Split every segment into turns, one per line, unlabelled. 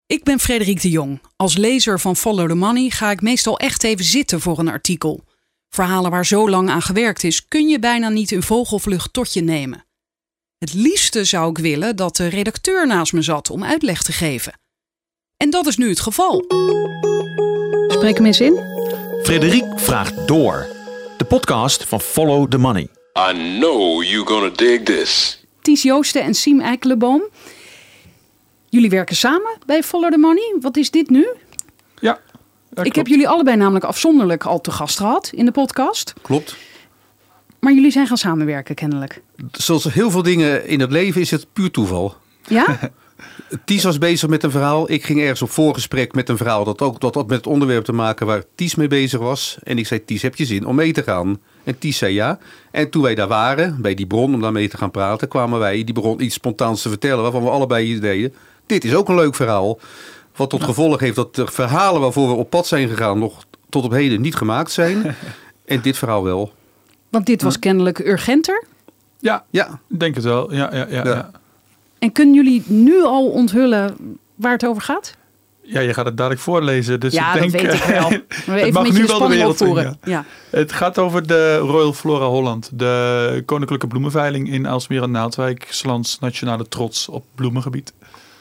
Ik ben Frederik de Jong. Als lezer van Follow the Money ga ik meestal echt even zitten voor een artikel. Verhalen waar zo lang aan gewerkt is, kun je bijna niet in vogelvlucht tot je nemen. Het liefste zou ik willen dat de redacteur naast me zat om uitleg te geven. En dat is nu het geval. Spreek hem eens in.
Frederik vraagt door. De podcast van Follow the Money.
I know you're gonna dig this.
Ties Joosten en Siem Eikelenboom. Jullie werken samen bij Follow the Money. Wat is dit nu?
Ja,
ik heb jullie allebei namelijk afzonderlijk al te gast gehad in de podcast.
Klopt.
Maar jullie zijn gaan samenwerken kennelijk.
Zoals heel veel dingen in het leven is het puur toeval.
Ja?
Ties was bezig met een verhaal. Ik ging ergens op voorgesprek met een verhaal dat had met het onderwerp te maken waar Ties mee bezig was. En ik zei, Ties, heb je zin om mee te gaan? En Ties zei ja. En toen wij daar waren, bij die bron om daarmee te gaan praten, kwamen wij die bron iets spontaans te vertellen waarvan we allebei iets deden. Dit is ook een leuk verhaal. Wat tot gevolg heeft dat de verhalen waarvoor we op pad zijn gegaan nog tot op heden niet gemaakt zijn. En dit verhaal wel.
Want dit was kennelijk urgenter.
Ja,
Ja.
ik denk het wel. Ja.
En kunnen jullie nu al onthullen waar het over gaat?
Ja, je gaat het dadelijk voorlezen. Dus
Ja,
ik denk,
dat weet ik wel. Maar
het
even
mag
met
nu
je
wel de
spanning
wereld in,
opvoeren. Ja.
Het gaat over de Royal Flora Holland. De koninklijke bloemenveiling in Aalsmeer en Naaldwijk. 's lands nationale trots op bloemengebied.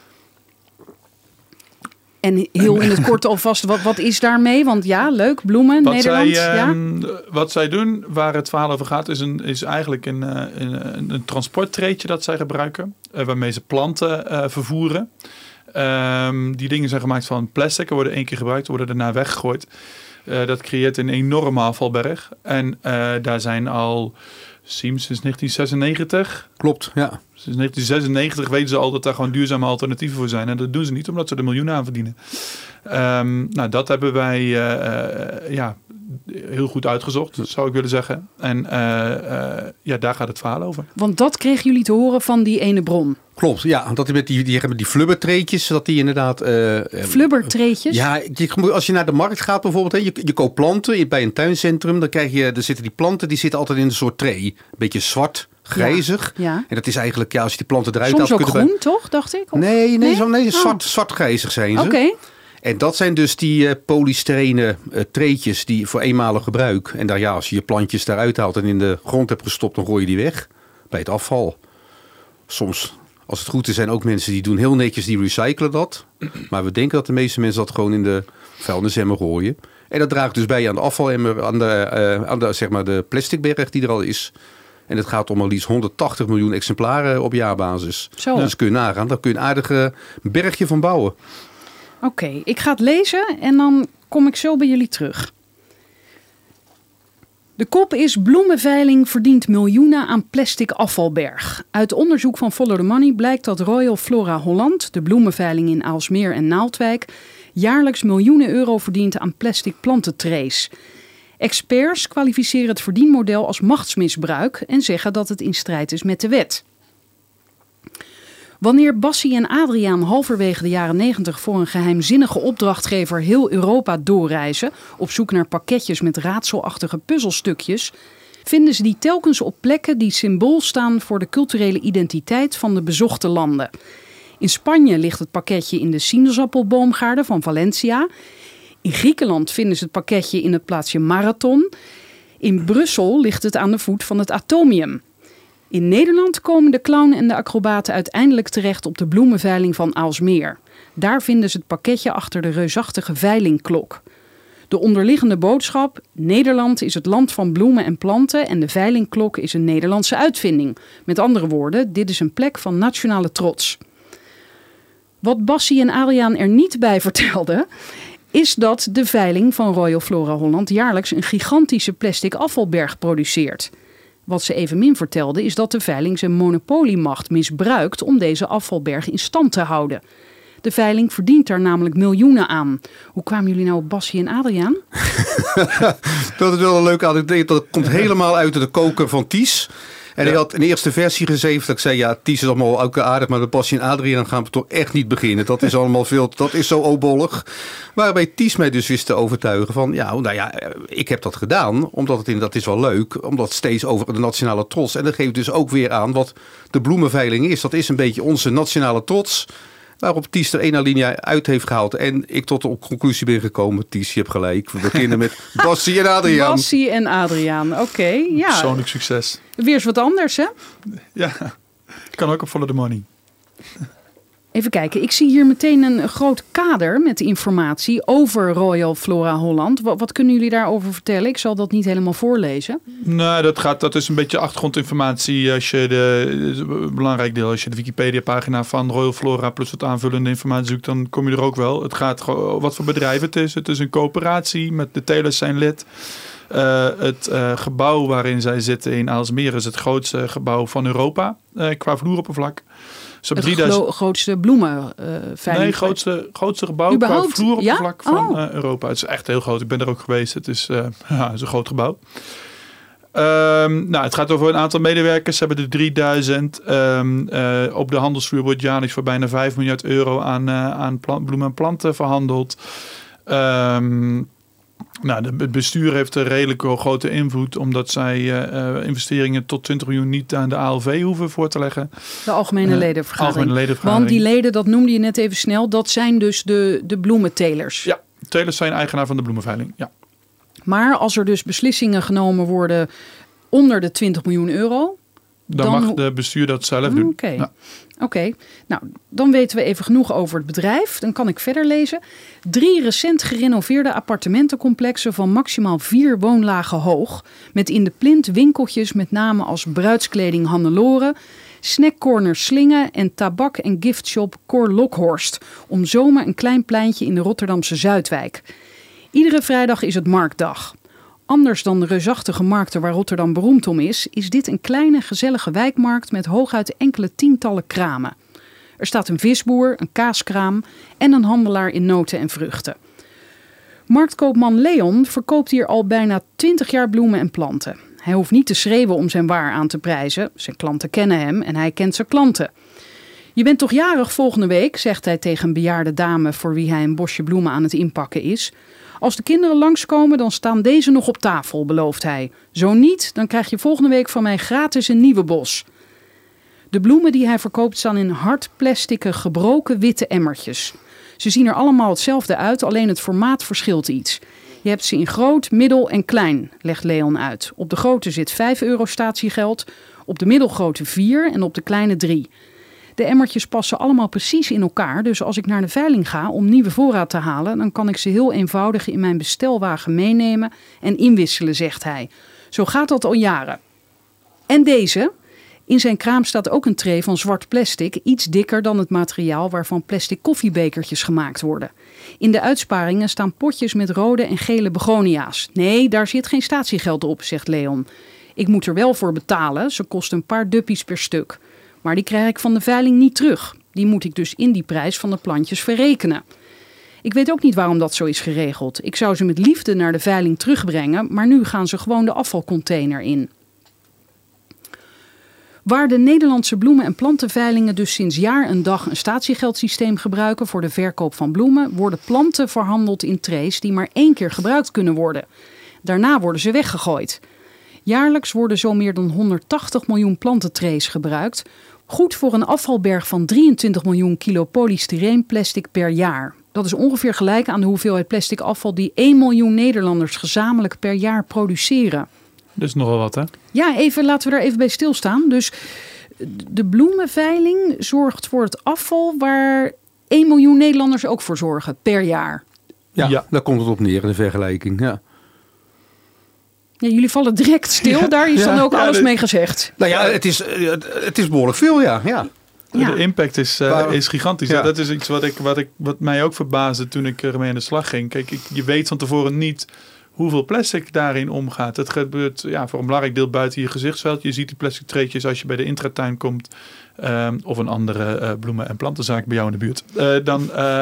En heel in het kort alvast, wat is daarmee? Want ja, leuk, bloemen, Nederland.
Wat zij doen, waar het verhaal over gaat, is eigenlijk een transporttreetje dat zij gebruiken. Waarmee ze planten vervoeren. Die dingen zijn gemaakt van plastic. Worden 1 keer gebruikt, worden daarna weggegooid. Dat creëert een enorme afvalberg. En daar zijn al sinds 1996...
Klopt, ja.
Sinds 1996 weten ze al dat daar gewoon duurzame alternatieven voor zijn. En dat doen ze niet omdat ze er miljoenen aan verdienen. Dat hebben wij heel goed uitgezocht, zou ik willen zeggen. En daar gaat het verhaal over.
Want dat kregen jullie te horen van die ene bron.
Klopt, ja. Dat met die flubbertreetjes, dat die inderdaad...
Flubbertreetjes?
Ja, als je naar de markt gaat bijvoorbeeld, je koopt planten bij een tuincentrum, dan zitten die planten, die zitten altijd in een soort tray. Een beetje zwart, grijzig.
Ja.
En dat is eigenlijk, als je die planten eruit
soms
haalt...
ook groen, toch, dacht ik? Of?
Nee, zwart-grijzig zijn ze.
Oké.
En dat zijn dus die polystyrenen treetjes die voor eenmalig gebruik. En daar, als je je plantjes daaruit haalt en in de grond hebt gestopt, dan gooi je die weg bij het afval. Soms, als het goed is, zijn ook mensen die doen heel netjes, die recyclen dat. Maar we denken dat de meeste mensen dat gewoon in de vuilnisemmer gooien. En dat draagt dus bij aan de afvalemmer, aan de plasticberg die er al is. En het gaat om al liefst 180 miljoen exemplaren op jaarbasis.
Zo.
Dus kun je nagaan, daar kun je een aardige bergje van bouwen.
Oké, ik ga het lezen en dan kom ik zo bij jullie terug. De kop is: bloemenveiling verdient miljoenen aan plastic afvalberg. Uit onderzoek van Follow the Money blijkt dat Royal Flora Holland, de bloemenveiling in Aalsmeer en Naaldwijk, jaarlijks miljoenen euro verdient aan plastic plantentrays. Experts kwalificeren het verdienmodel als machtsmisbruik en zeggen dat het in strijd is met de wet. Wanneer Bassie en Adriaan halverwege de jaren 90 voor een geheimzinnige opdrachtgever heel Europa doorreizen, op zoek naar pakketjes met raadselachtige puzzelstukjes, vinden ze die telkens op plekken die symbool staan voor de culturele identiteit van de bezochte landen. In Spanje ligt het pakketje in de sinaasappelboomgaarden van Valencia. In Griekenland vinden ze het pakketje in het plaatsje Marathon. In Brussel ligt het aan de voet van het Atomium. In Nederland komen de clown en de acrobaten uiteindelijk terecht op de bloemenveiling van Aalsmeer. Daar vinden ze het pakketje achter de reusachtige veilingklok. De onderliggende boodschap: Nederland is het land van bloemen en planten en de veilingklok is een Nederlandse uitvinding. Met andere woorden, dit is een plek van nationale trots. Wat Bassie en Adriaan er niet bij vertelden, is dat de veiling van Royal Flora Holland jaarlijks een gigantische plastic afvalberg produceert. Wat ze evenmin vertelde is dat de veiling zijn monopoliemacht misbruikt om deze afvalberg in stand te houden. De veiling verdient daar namelijk miljoenen aan. Hoe kwamen jullie nou op Bassie en Adriaan?
Dat is wel een leuke anekdote. Dat komt helemaal uit de koker van Ties. En hij had een eerste versie geschreven. Dat ik zei, ja, Ties is allemaal ook aardig, maar met Bassie en Adriaan gaan we toch echt niet beginnen. Dat is allemaal dat is zo obollig. Waarbij Ties mij dus wist te overtuigen van, ik heb dat gedaan. Omdat dat is wel leuk. Omdat het steeds over de nationale trots. En dat geeft dus ook weer aan wat de bloemenveiling is. Dat is een beetje onze nationale trots. Waarop Ties er 1 alinea uit heeft gehaald. En ik tot de conclusie ben gekomen. Ties, je hebt gelijk. We beginnen met Bassie en Adriaan.
Bassie en Adriaan, oké. Ja.
Persoonlijk succes.
Weer eens wat anders, hè?
Ja, kan ook op Follow the Money.
Even kijken, ik zie hier meteen een groot kader met informatie over Royal Flora Holland. Wat kunnen jullie daarover vertellen? Ik zal dat niet helemaal voorlezen.
Nou, dat is een beetje achtergrondinformatie. Als je belangrijk deel, als je de Wikipedia-pagina van Royal Flora plus wat aanvullende informatie zoekt, dan kom je er ook wel. Het gaat gewoon wat voor bedrijf het is. Het is een coöperatie, met de telers zijn lid. Het gebouw waarin zij zitten in Aalsmeer is het grootste gebouw van Europa qua vloeroppervlak.
Het grootste bloemenveiling.
Nee, grootste gebouw
überhaupt?
Qua vloeroppervlak van Europa. Het is echt heel groot. Ik ben er ook geweest. Het is een groot gebouw. Het gaat over een aantal medewerkers. Ze hebben er 3000. Op de handelsvloer wordt jaarlijks voor bijna 5 miljard euro aan bloemen en planten verhandeld. Het bestuur heeft een redelijk grote invloed, omdat zij investeringen tot 20 miljoen niet aan de ALV hoeven voor te leggen.
De algemene ledenvergadering. Want die leden, dat noemde je net even snel, dat zijn dus de bloementelers. Ja,
telers zijn eigenaar van de bloemenveiling. Ja.
Maar als er dus beslissingen genomen worden onder de 20 miljoen euro...
Dan mag de bestuur dat zelf doen.
Oké. Nou, dan weten we even genoeg over het bedrijf. Dan kan ik verder lezen. 3 recent gerenoveerde appartementencomplexen van maximaal 4 woonlagen hoog. Met in de plint winkeltjes met name als bruidskleding Hannelore, snackcorner Slingen en tabak- en giftshop Cor Lokhorst. Om zomaar een klein pleintje in de Rotterdamse Zuidwijk. Iedere vrijdag is het marktdag. Anders dan de reusachtige markten waar Rotterdam beroemd om is dit een kleine gezellige wijkmarkt met hooguit enkele tientallen kramen. Er staat een visboer, een kaaskraam en een handelaar in noten en vruchten. Marktkoopman Leon verkoopt hier al bijna 20 jaar bloemen en planten. Hij hoeft niet te schreeuwen om zijn waar aan te prijzen. Zijn klanten kennen hem en hij kent zijn klanten. Je bent toch jarig volgende week, zegt hij tegen een bejaarde dame voor wie hij een bosje bloemen aan het inpakken is. Als de kinderen langskomen, dan staan deze nog op tafel, belooft hij. Zo niet, dan krijg je volgende week van mij gratis een nieuwe bos. De bloemen die hij verkoopt staan in hard plasticke gebroken witte emmertjes. Ze zien er allemaal hetzelfde uit, alleen het formaat verschilt iets. Je hebt ze in groot, middel en klein, legt Leon uit. Op de grote zit 5 euro statiegeld, op de middelgrote 4 en op de kleine 3. De emmertjes passen allemaal precies in elkaar, dus als ik naar de veiling ga om nieuwe voorraad te halen, dan kan ik ze heel eenvoudig in mijn bestelwagen meenemen en inwisselen, zegt hij. Zo gaat dat al jaren. En deze? In zijn kraam staat ook een tray van zwart plastic, iets dikker dan het materiaal waarvan plastic koffiebekertjes gemaakt worden. In de uitsparingen staan potjes met rode en gele begonia's. Nee, daar zit geen statiegeld op, zegt Leon. Ik moet er wel voor betalen, ze kosten een paar duppies per stuk. Maar die krijg ik van de veiling niet terug. Die moet ik dus in die prijs van de plantjes verrekenen. Ik weet ook niet waarom dat zo is geregeld. Ik zou ze met liefde naar de veiling terugbrengen, maar nu gaan ze gewoon de afvalcontainer in. Waar de Nederlandse bloemen- en plantenveilingen dus sinds jaar en dag een statiegeldsysteem gebruiken voor de verkoop van bloemen, worden planten verhandeld in trays die maar 1 keer gebruikt kunnen worden. Daarna worden ze weggegooid. Jaarlijks worden zo meer dan 180 miljoen plantentrays gebruikt. Goed voor een afvalberg van 23 miljoen kilo polystyreenplastic per jaar. Dat is ongeveer gelijk aan de hoeveelheid plastic afval die 1 miljoen Nederlanders gezamenlijk per jaar produceren.
Dat is nogal wat, hè?
Ja, laten we daar even bij stilstaan. Dus de bloemenveiling zorgt voor het afval waar 1 miljoen Nederlanders ook voor zorgen per jaar.
Ja, daar komt het op neer in de vergelijking, ja.
Ja, jullie vallen direct stil, daar is dan ook alles mee gezegd.
Nou ja, het is behoorlijk veel, ja.
De impact is gigantisch. Ja. Dat is iets wat mij ook verbaasde toen ik ermee aan de slag ging. Kijk, je weet van tevoren niet hoeveel plastic daarin omgaat. Het gebeurt voor een belangrijk deel buiten je gezichtsveld. Je ziet die plastic treetjes als je bij de intratuin komt. Of een andere bloemen- en plantenzaak bij jou in de buurt. Dan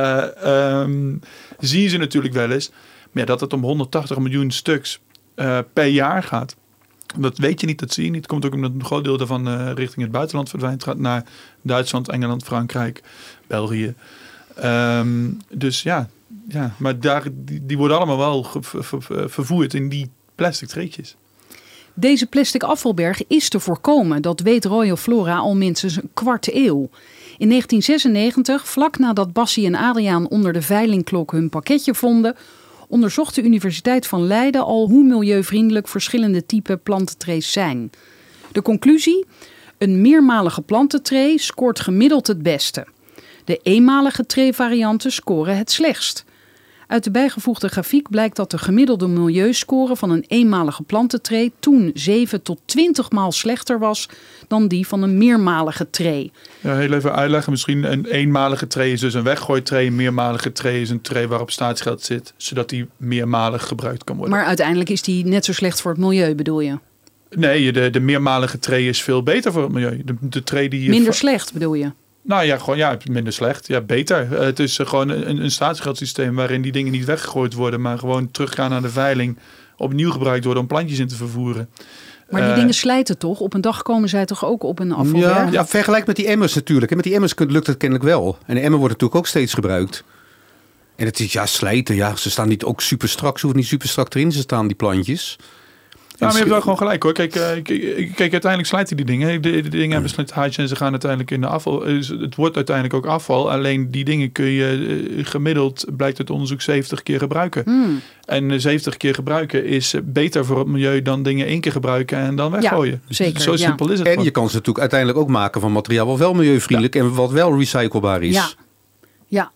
zie je ze natuurlijk wel eens. Maar dat het om 180 miljoen stuks per jaar gaat. Dat weet je niet, dat zie je niet. Het komt ook omdat een groot deel daarvan richting het buitenland verdwijnt. Het gaat naar Duitsland, Engeland, Frankrijk, België. Dus ja, maar die worden allemaal wel vervoerd in die plastic treetjes.
Deze plastic afvalberg is te voorkomen. Dat weet Royal Flora al minstens een kwart eeuw. In 1996, vlak nadat Bassie en Adriaan onder de veilingklok hun pakketje vonden, onderzocht de Universiteit van Leiden al hoe milieuvriendelijk verschillende typen plantentrays zijn. De conclusie? Een meermalige plantentray scoort gemiddeld het beste. De eenmalige tray-varianten scoren het slechtst. Uit de bijgevoegde grafiek blijkt dat de gemiddelde milieuscore van een eenmalige plantentray toen 7 tot 20 maal slechter was dan die van een meermalige tray.
Ja, heel even uitleggen. Misschien een eenmalige tray is dus een weggooitray. Een meermalige tray is een tray waarop staatsgeld zit, zodat die meermalig gebruikt kan worden.
Maar uiteindelijk is die net zo slecht voor het milieu, bedoel je?
Nee, de meermalige tray is veel beter voor het milieu. De tray die
minder slecht bedoel je?
Nou ja, gewoon minder slecht. Ja, beter. Het is gewoon een staatsgeldsysteem waarin die dingen niet weggegooid worden, maar gewoon teruggaan naar de veiling, opnieuw gebruikt worden om plantjes in te vervoeren.
Maar die dingen slijten toch? Op een dag komen zij toch ook op een afvalberg?
Ja, vergelijk met die emmers natuurlijk. En met die emmers lukt het kennelijk wel. En de emmer wordt natuurlijk ook steeds gebruikt. En het is slijten. Ja, ze staan niet ook super strak. Ze hoeven niet super strak erin te staan, die plantjes.
Ja, maar je hebt wel gewoon gelijk hoor. Kijk, uiteindelijk slijten die dingen. Die dingen hebben slijtage en ze gaan uiteindelijk in de afval. Het wordt uiteindelijk ook afval. Alleen die dingen kun je gemiddeld, blijkt het onderzoek, 70 keer gebruiken. En 70 keer gebruiken is beter voor het milieu dan dingen 1 keer gebruiken en dan weggooien.
Ja, zeker,
Zo simpel is het.
En je kan ze natuurlijk uiteindelijk ook maken van materiaal wat wel milieuvriendelijk en wat wel recyclebaar is.
Ja.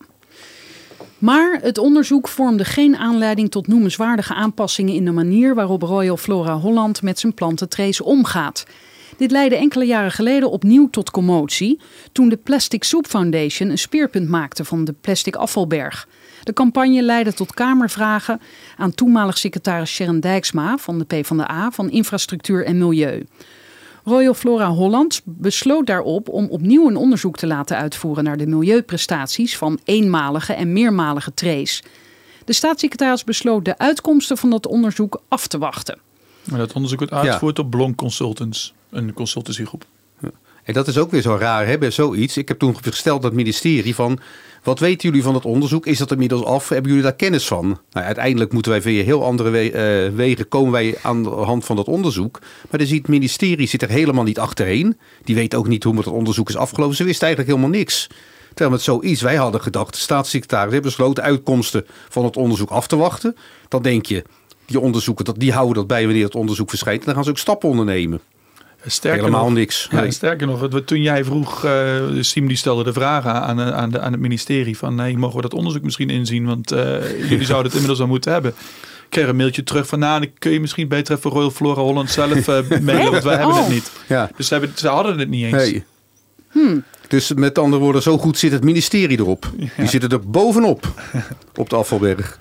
Maar het onderzoek vormde geen aanleiding tot noemenswaardige aanpassingen in de manier waarop Royal Flora Holland met zijn plantentrays omgaat. Dit leidde enkele jaren geleden opnieuw tot commotie toen de Plastic Soup Foundation een speerpunt maakte van de plastic afvalberg. De campagne leidde tot kamervragen aan toenmalig secretaris Sharon Dijksma van de PvdA van Infrastructuur en Milieu. Royal Flora Holland besloot daarop om opnieuw een onderzoek te laten uitvoeren naar de milieuprestaties van eenmalige en meermalige trays. De staatssecretaris besloot de uitkomsten van dat onderzoek af te wachten.
Maar dat onderzoek wordt uitgevoerd op Blonk Consultants, een consultancygroep.
Ja. En dat is ook weer zo raar, hè, bij zoiets. Ik heb toen gesteld aan het ministerie van, wat weten jullie van het onderzoek? Is dat inmiddels af? Hebben jullie daar kennis van? Nou, uiteindelijk moeten wij via heel andere wegen komen wij aan de hand van dat onderzoek. Maar dan ziet het ministerie zit er helemaal niet achterheen. Die weet ook niet hoe het onderzoek is afgelopen. Ze wisten eigenlijk helemaal niks. Terwijl met zoiets, wij hadden gedacht, de staatssecretaris heeft besloten uitkomsten van het onderzoek af te wachten. Dan denk je, die onderzoeken, die houden dat bij wanneer het onderzoek verschijnt. En dan gaan ze ook stappen ondernemen. Helemaal niks.
Ja, sterker nog, toen jij vroeg, Siem die stelde de vraag aan het ministerie van, nee, mogen we dat onderzoek misschien inzien? Want jullie zouden het inmiddels al moeten hebben. Ik kreeg een mailtje terug van, dan kun je misschien beter even Royal Flora Holland zelf mailen, want wij hebben het niet. Ja. Dus ze hadden het niet eens.
Hey. Dus met andere woorden, zo goed zit het ministerie erop. Ja. Die zitten er bovenop, op de afvalberg.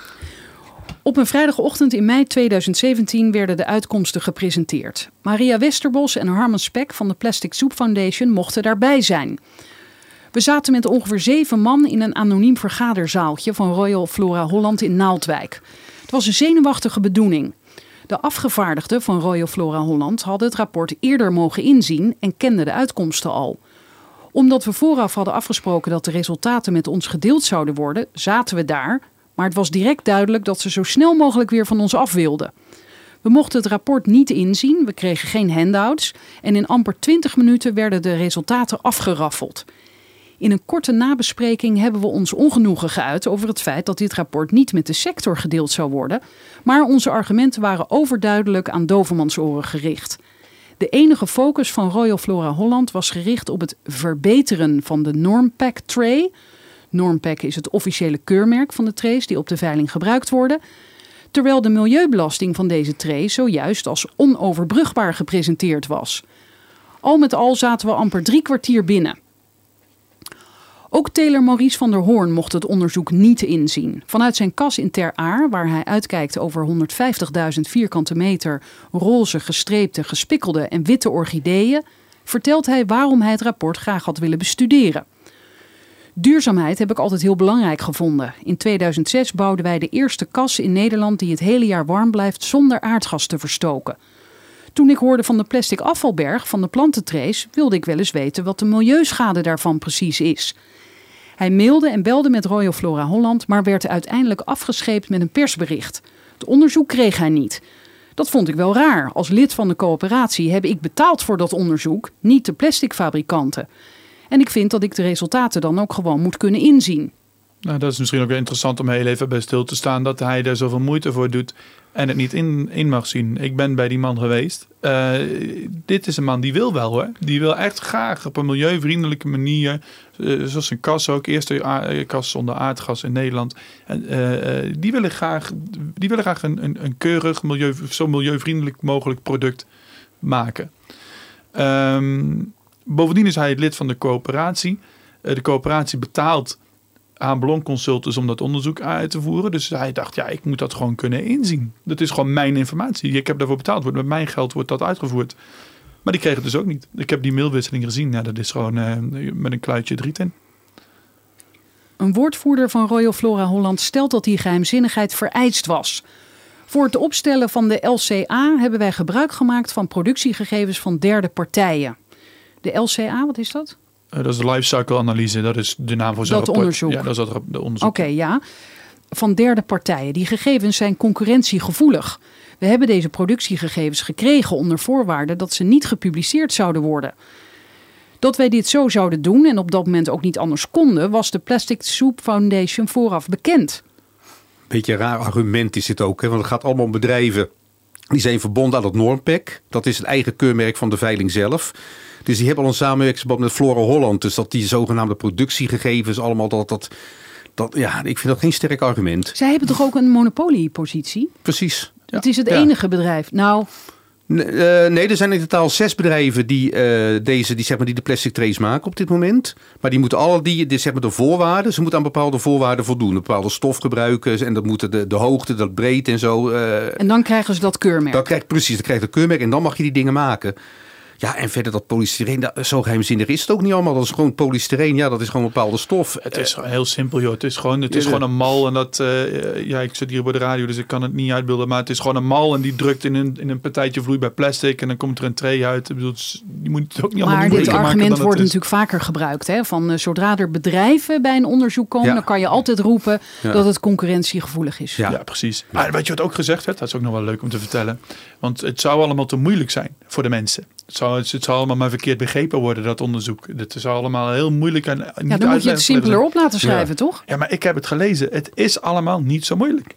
Op een vrijdagochtend in mei 2017 werden de uitkomsten gepresenteerd. Maria Westerbos en Harman Spek van de Plastic Soup Foundation mochten daarbij zijn. We zaten met ongeveer 7 man in een anoniem vergaderzaaltje van Royal Flora Holland in Naaldwijk. Het was een zenuwachtige bedoeling. De afgevaardigden van Royal Flora Holland hadden het rapport eerder mogen inzien en kenden de uitkomsten al. Omdat we vooraf hadden afgesproken dat de resultaten met ons gedeeld zouden worden, zaten we daar. Maar het was direct duidelijk dat ze zo snel mogelijk weer van ons af wilden. We mochten het rapport niet inzien, we kregen geen handouts en in amper 20 minuten werden de resultaten afgeraffeld. In een korte nabespreking hebben we ons ongenoegen geuit over het feit dat dit rapport niet met de sector gedeeld zou worden, maar onze argumenten waren overduidelijk aan dovemansoren gericht. De enige focus van Royal Flora Holland was gericht op het verbeteren van de Normpac tray. Normpac is het officiële keurmerk van de trays die op de veiling gebruikt worden. Terwijl de milieubelasting van deze tray zojuist als onoverbrugbaar gepresenteerd was. Al met al zaten we amper 3 kwartier binnen. Ook teler Maurice van der Hoorn mocht het onderzoek niet inzien. Vanuit zijn kas in Ter Aar, waar hij uitkijkt over 150.000 vierkante meter roze, gestreepte, gespikkelde en witte orchideeën, vertelt hij waarom hij het rapport graag had willen bestuderen. Duurzaamheid heb ik altijd heel belangrijk gevonden. In 2006 bouwden wij de eerste kas in Nederland die het hele jaar warm blijft zonder aardgas te verstoken. Toen ik hoorde van de plastic afvalberg van de plantentrays, wilde ik wel eens weten wat de milieuschade daarvan precies is. Hij mailde en belde met Royal Flora Holland, maar werd uiteindelijk afgescheept met een persbericht. Het onderzoek kreeg hij niet. Dat vond ik wel raar. Als lid van de coöperatie heb ik betaald voor dat onderzoek, niet de plasticfabrikanten. En ik vind dat ik de resultaten dan ook gewoon moet kunnen inzien.
Nou, dat is misschien ook wel interessant om heel even bij stil te staan dat hij daar zoveel moeite voor doet en het niet in mag zien. Ik ben bij die man geweest. Dit is een man die wil wel hoor. Die wil echt graag op een milieuvriendelijke manier, zoals een kas ook, eerste kas zonder aardgas in Nederland. En, die willen graag een keurig, zo milieuvriendelijk mogelijk product maken. Bovendien is hij het lid van de coöperatie. De coöperatie betaalt aan Ballon Consultants om dat onderzoek uit te voeren. Dus hij dacht, ik moet dat gewoon kunnen inzien. Dat is gewoon mijn informatie. Ik heb daarvoor betaald. Met mijn geld wordt dat uitgevoerd. Maar die kreeg het dus ook niet. Ik heb die mailwisseling gezien. Ja, dat is gewoon met een kluitje driet in.
Een woordvoerder van Royal Flora Holland stelt dat die geheimzinnigheid vereist was. Voor het opstellen van de LCA hebben wij gebruik gemaakt van productiegegevens van derde partijen. De LCA, wat is dat?
Dat is de lifecycle analyse. Dat is de naam voor zo'n rapport.
Onderzoek.
Ja, dat is de onderzoek.
Oké, ja. Van derde partijen. Die gegevens zijn concurrentiegevoelig. We hebben deze productiegegevens gekregen onder voorwaarde dat ze niet gepubliceerd zouden worden. Dat wij dit zo zouden doen en op dat moment ook niet anders konden, was de Plastic Soup Foundation vooraf bekend.
Beetje een raar argument is dit ook, hè? Want het gaat allemaal om bedrijven die zijn verbonden aan het Normpec. Dat is het eigen keurmerk van de veiling zelf. Dus die hebben al een samenwerkingsverband met Flora Holland. Dus dat die zogenaamde productiegegevens allemaal ik vind dat geen sterk argument.
Zij hebben toch ook een monopoliepositie?
Precies.
Ja. Het is het enige bedrijf. Nou,
nee, er zijn in totaal 6 bedrijven die de plastic trays maken op dit moment. Maar die moeten de voorwaarden, ze moeten aan bepaalde voorwaarden voldoen. Een bepaalde stof gebruiken en dat moeten de hoogte, de breedte en zo.
En dan krijgen ze dat keurmerk.
Dan krijg je het keurmerk en dan mag je die dingen maken. Ja, en verder dat polystyreen, zo geheimzinnig is het ook niet allemaal. Dat is gewoon polystyreen, dat is gewoon een bepaalde stof.
Het is heel simpel, joh. Het is gewoon een mal en dat, ik zit hier bij de radio, dus ik kan het niet uitbeelden, maar het is gewoon een mal en die drukt in een partijtje vloeibaar plastic en dan komt er een tray uit. Ik bedoel, je moet het ook niet allemaal
maar dit argument wordt
is.
natuurlijk vaker gebruikt, hè? Van zodra er bedrijven bij een onderzoek komen, dan kan je altijd roepen dat het concurrentiegevoelig is.
Ja, precies. Maar weet je wat ook gezegd werd? Dat is ook nog wel leuk om te vertellen. Want het zou allemaal te moeilijk zijn voor de mensen. Het zou allemaal maar verkeerd begrepen worden, dat onderzoek. Het is allemaal heel moeilijk. En niet
dan moet je het simpeler op laten schrijven, toch?
Ja, maar ik heb het gelezen. Het is allemaal niet zo moeilijk.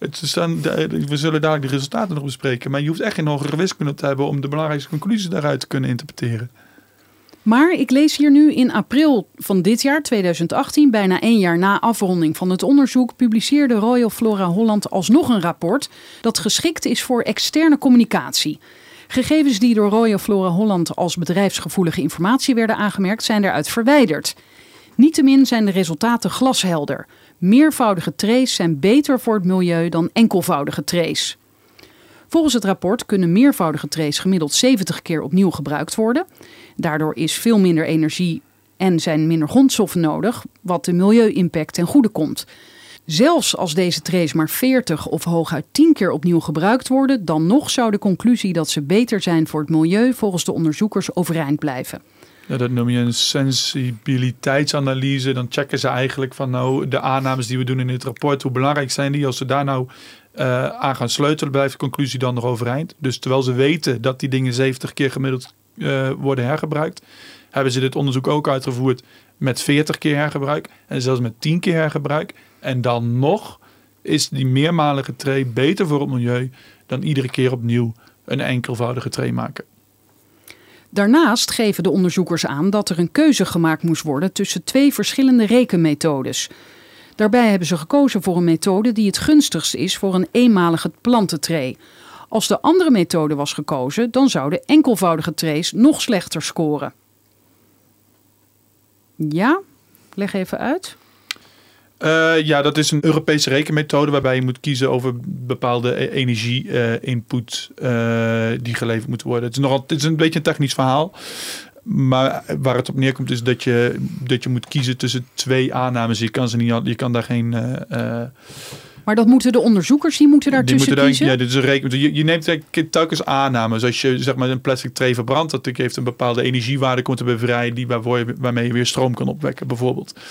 We zullen dadelijk de resultaten nog bespreken. Maar je hoeft echt geen hogere wiskunde te hebben om de belangrijkste conclusies daaruit te kunnen interpreteren.
Maar ik lees hier nu in april van dit jaar, 2018, bijna 1 jaar na afronding van het onderzoek, publiceerde Royal Flora Holland alsnog een rapport dat geschikt is voor externe communicatie. Gegevens die door Royal Flora Holland als bedrijfsgevoelige informatie werden aangemerkt, zijn eruit verwijderd. Niettemin zijn de resultaten glashelder. Meervoudige trays zijn beter voor het milieu dan enkelvoudige trays. Volgens het rapport kunnen meervoudige trays gemiddeld 70 keer opnieuw gebruikt worden. Daardoor is veel minder energie en zijn minder grondstoffen nodig, wat de milieu-impact ten goede komt. Zelfs als deze trays maar 40 of hooguit 10 keer opnieuw gebruikt worden, dan nog zou de conclusie dat ze beter zijn voor het milieu volgens de onderzoekers overeind blijven.
Ja, dat noem je een sensibiliteitsanalyse. Dan checken ze eigenlijk van de aannames die we doen in dit rapport, hoe belangrijk zijn die? Als ze daar aan gaan sleutelen, blijft de conclusie dan nog overeind. Dus terwijl ze weten dat die dingen 70 keer gemiddeld worden hergebruikt, hebben ze dit onderzoek ook uitgevoerd met 40 keer hergebruik en zelfs met 10 keer hergebruik. En dan nog is die meermalige tray beter voor het milieu dan iedere keer opnieuw een enkelvoudige tray maken.
Daarnaast geven de onderzoekers aan dat er een keuze gemaakt moest worden tussen 2 verschillende rekenmethodes. Daarbij hebben ze gekozen voor een methode die het gunstigst is voor een eenmalige plantentray. Als de andere methode was gekozen, dan zouden enkelvoudige trays nog slechter scoren. Ja, leg even uit.
Dat is een Europese rekenmethode waarbij je moet kiezen over bepaalde energie-input die geleverd moet worden. Het is een beetje een technisch verhaal. Maar waar het op neerkomt is dat je moet kiezen tussen 2 aannames. Je kan daar geen...
Maar dat moeten de onderzoekers, die moeten daartussen kiezen?
Ja, dit is een rekenmethode. Je neemt telkens aannames. Als je zeg maar een plastic tray verbrandt, dat heeft een bepaalde energiewaarde, komt er bij vrij, waarmee je weer stroom kan opwekken bijvoorbeeld.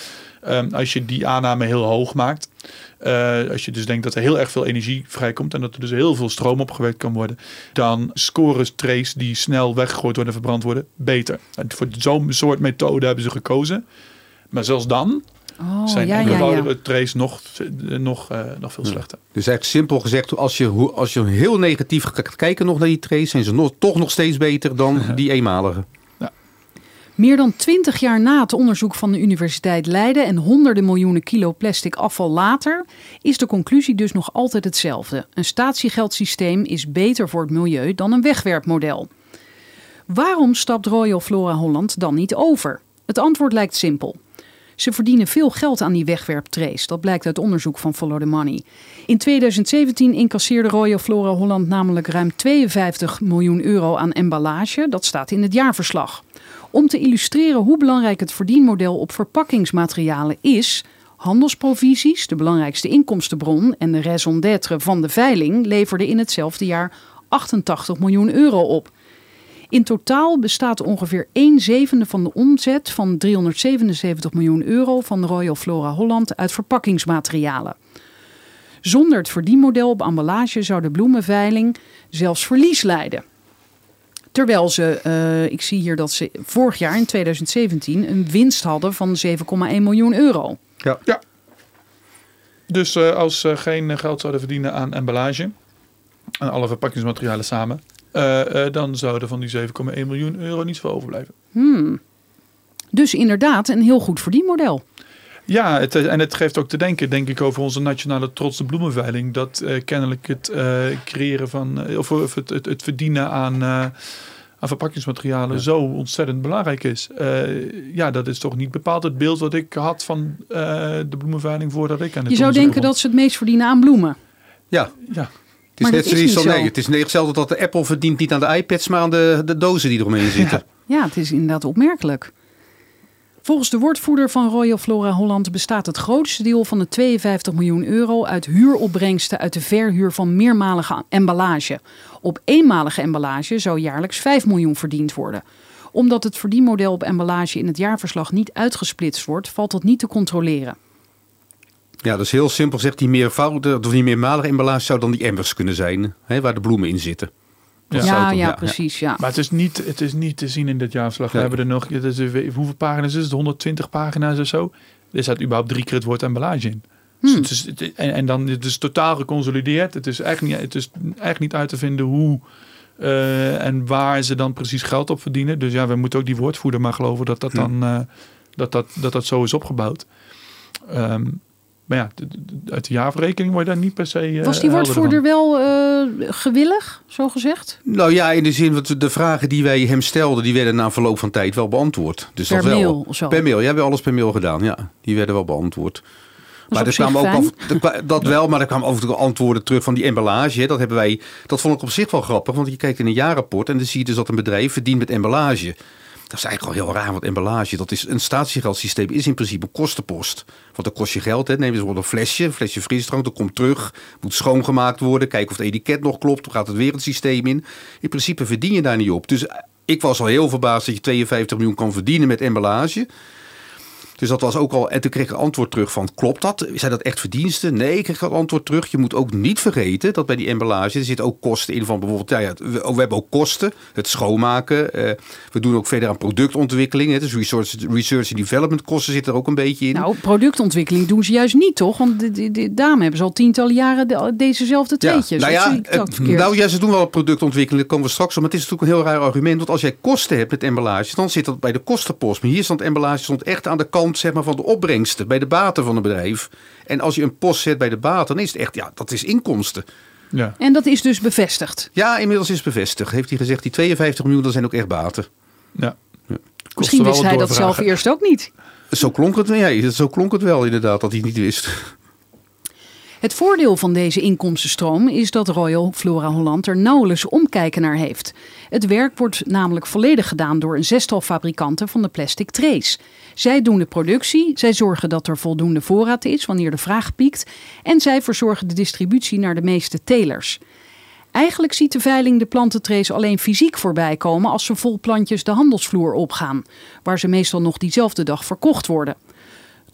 Als je die aanname heel hoog maakt. Als je dus denkt dat er heel erg veel energie vrijkomt. En dat er dus heel veel stroom opgewekt kan worden. Dan scoren trays die snel weggegooid worden en verbrand worden beter. En voor zo'n soort methode hebben ze gekozen. Maar zelfs dan zijn eenvoudige trays nog veel slechter.
Dus eigenlijk simpel gezegd, als je heel negatief gaat kijken nog naar die trays, zijn ze toch nog steeds beter dan die eenmalige.
Ja.
Meer dan 20 jaar na het onderzoek van de Universiteit Leiden en honderden miljoenen kilo plastic afval later, is de conclusie dus nog altijd hetzelfde. Een statiegeldsysteem is beter voor het milieu dan een wegwerpmodel. Waarom stapt Royal Flora Holland dan niet over? Het antwoord lijkt simpel. Ze verdienen veel geld aan die wegwerptrays. Dat blijkt uit onderzoek van Follow the Money. In 2017 incasseerde Royal Flora Holland namelijk ruim 52 miljoen euro aan emballage. Dat staat in het jaarverslag. Om te illustreren hoe belangrijk het verdienmodel op verpakkingsmaterialen is, handelsprovisies, de belangrijkste inkomstenbron en de raison d'être van de veiling, leverden in hetzelfde jaar 88 miljoen euro op. In totaal bestaat ongeveer 1/7 van de omzet van 377 miljoen euro van Royal Flora Holland uit verpakkingsmaterialen. Zonder het verdienmodel op emballage zou de bloemenveiling zelfs verlies lijden. Terwijl ze, ik zie hier dat ze vorig jaar in 2017 een winst hadden van 7,1 miljoen euro.
Ja. Dus als ze geen geld zouden verdienen aan emballage en alle verpakkingsmaterialen samen, dan zouden van die 7,1 miljoen euro niet veel overblijven.
Dus inderdaad een heel goed verdienmodel.
Ja, het geeft ook te denken, denk ik, over onze nationale trots, de bloemenveiling. Dat kennelijk het creëren van, of het verdienen aan verpakkingsmaterialen zo ontzettend belangrijk is. Dat is toch niet bepaald het beeld wat ik had van de bloemenveiling voordat ik aan het
Je zou denken dat ze het meest verdienen aan bloemen.
Ja. Het is net zoiets van, het is hetzelfde dat de Apple verdient niet aan de iPads, maar aan de dozen die eromheen zitten.
Ja, het is inderdaad opmerkelijk. Volgens de woordvoerder van Royal Flora Holland bestaat het grootste deel van de 52 miljoen euro uit huuropbrengsten uit de verhuur van meermalige emballage. Op eenmalige emballage zou jaarlijks 5 miljoen verdiend worden. Omdat het verdienmodel op emballage in het jaarverslag niet uitgesplitst wordt, valt dat niet te controleren.
Ja, dat is heel simpel gezegd. Die meermalige emballage zou dan die emmers kunnen zijn, waar de bloemen in zitten.
Precies. Ja.
Maar het is niet te zien in dit jaarverslag. We hebben er nog, hoeveel pagina's is het? 120 pagina's of zo. Er staat überhaupt 3 keer het woord emballage in. Dus en dan het is totaal geconsolideerd. Het is echt niet uit te vinden hoe en waar ze dan precies geld op verdienen. Dus ja, we moeten ook die woordvoerder maar geloven dat dan dat zo is opgebouwd. Maar ja, uit de jaarverrekening word je daar niet per se.
Was die woordvoerder wel gewillig, zo gezegd?
Nou ja, in de zin dat de vragen die wij hem stelden, die werden na verloop van tijd wel beantwoord. Dus
per
dat wel.
Mail of zo? Per
mail, ja, we hebben alles per mail gedaan. Ja, die werden wel beantwoord. Maar er kwamen ook dat wel, maar er kwamen af en toe antwoorden terug van die emballage. Dat vond ik op zich wel grappig, want je kijkt in een jaarrapport en dan zie je dus dat een bedrijf verdient met emballage. Dat is eigenlijk al heel raar, want emballage, dat is een statiegeldsysteem, is in principe een kostenpost. Want dan kost je geld, neem je bijvoorbeeld een flesje frisdrank, dat komt terug, moet schoongemaakt worden, kijken of het etiket nog klopt, dan gaat het weer het systeem in. In principe verdien je daar niet op. Dus ik was al heel verbaasd dat je 52 miljoen kan verdienen met emballage. Dus dat was ook al, en toen kreeg ik een antwoord terug van, klopt dat? Zijn dat echt verdiensten? Nee, ik kreeg dat antwoord terug. Je moet ook niet vergeten dat bij die emballage, er zitten ook kosten in van bijvoorbeeld, we hebben ook kosten, het schoonmaken. We doen ook verder aan productontwikkeling. Dus research and development kosten zitten er ook een beetje in. Nou,
productontwikkeling doen ze juist niet, toch? Want daarom hebben ze al tientallen jaren dezezelfde treetjes.
Ze doen wel productontwikkeling, daar komen we straks op. Maar het is natuurlijk een heel raar argument, want als jij kosten hebt met emballage, dan zit dat bij de kostenpost. Maar hier stond emballage echt aan de kant, zeg maar, van de opbrengsten, bij de baten van een bedrijf. En als je een post zet bij de baten, dan is het echt, dat is inkomsten.
Ja.
En dat is dus bevestigd?
Ja, inmiddels is bevestigd. Heeft hij gezegd, die 52 miljoen, dat zijn ook echt baten.
Ja.
Misschien wist hij dat zelf eerst ook niet.
Zo klonk het wel inderdaad, dat hij het niet wist.
Het voordeel van deze inkomstenstroom is dat Royal Flora Holland er nauwelijks omkijken naar heeft. Het werk wordt namelijk volledig gedaan door een 6-tal fabrikanten van de plastic trays. Zij doen de productie, zij zorgen dat er voldoende voorraad is wanneer de vraag piekt en zij verzorgen de distributie naar de meeste telers. Eigenlijk ziet de veiling de plantentrays alleen fysiek voorbij komen als ze vol plantjes de handelsvloer opgaan, waar ze meestal nog diezelfde dag verkocht worden.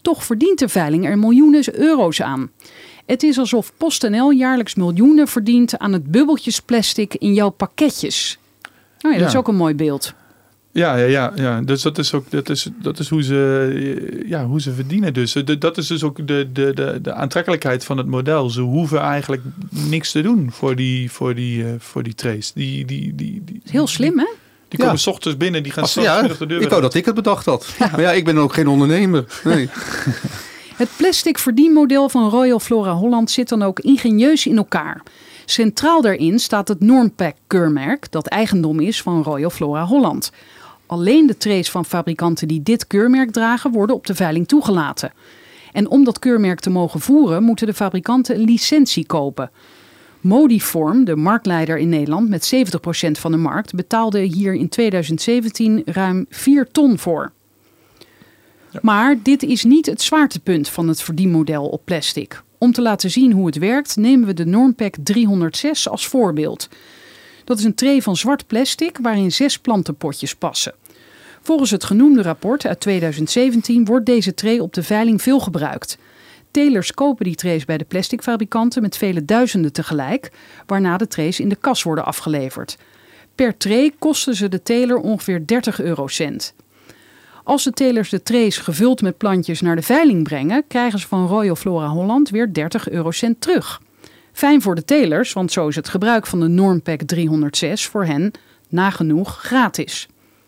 Toch verdient de veiling er miljoenen euro's aan. Het is alsof PostNL jaarlijks miljoenen verdient aan het bubbeltjesplastic in jouw pakketjes. Nou ja, dat is ook een mooi beeld.
Ja. Dus dat is hoe ze verdienen. Dus dat is dus ook de aantrekkelijkheid van het model. Ze hoeven eigenlijk niks te doen voor die trays.
Heel slim, hè?
Die komen 's ochtends binnen, die gaan 's middag de deur.
Ik wou dat ik het bedacht had. Ja. Maar ja, ik ben ook geen ondernemer. Nee.
Het plastic verdienmodel van Royal Flora Holland zit dan ook ingenieus in elkaar. Centraal daarin staat het Normpac-keurmerk, dat eigendom is van Royal Flora Holland. Alleen de trays van fabrikanten die dit keurmerk dragen worden op de veiling toegelaten. En om dat keurmerk te mogen voeren moeten de fabrikanten een licentie kopen. Modiform, de marktleider in Nederland met 70% van de markt, betaalde hier in 2017 ruim 4 ton voor. Ja. Maar dit is niet het zwaartepunt van het verdienmodel op plastic. Om te laten zien hoe het werkt nemen we de Normpac 306 als voorbeeld. Dat is een tray van zwart plastic waarin 6 plantenpotjes passen. Volgens het genoemde rapport uit 2017 wordt deze tray op de veiling veel gebruikt. Telers kopen die trays bij de plasticfabrikanten met vele duizenden tegelijk, waarna de trays in de kas worden afgeleverd. Per tray kosten ze de teler ongeveer 30 eurocent. Als de telers de trays gevuld met plantjes naar de veiling brengen, krijgen ze van Royal Flora Holland weer 30 eurocent terug. Fijn voor de telers, want zo is het gebruik van de Normpac 306 voor hen nagenoeg gratis.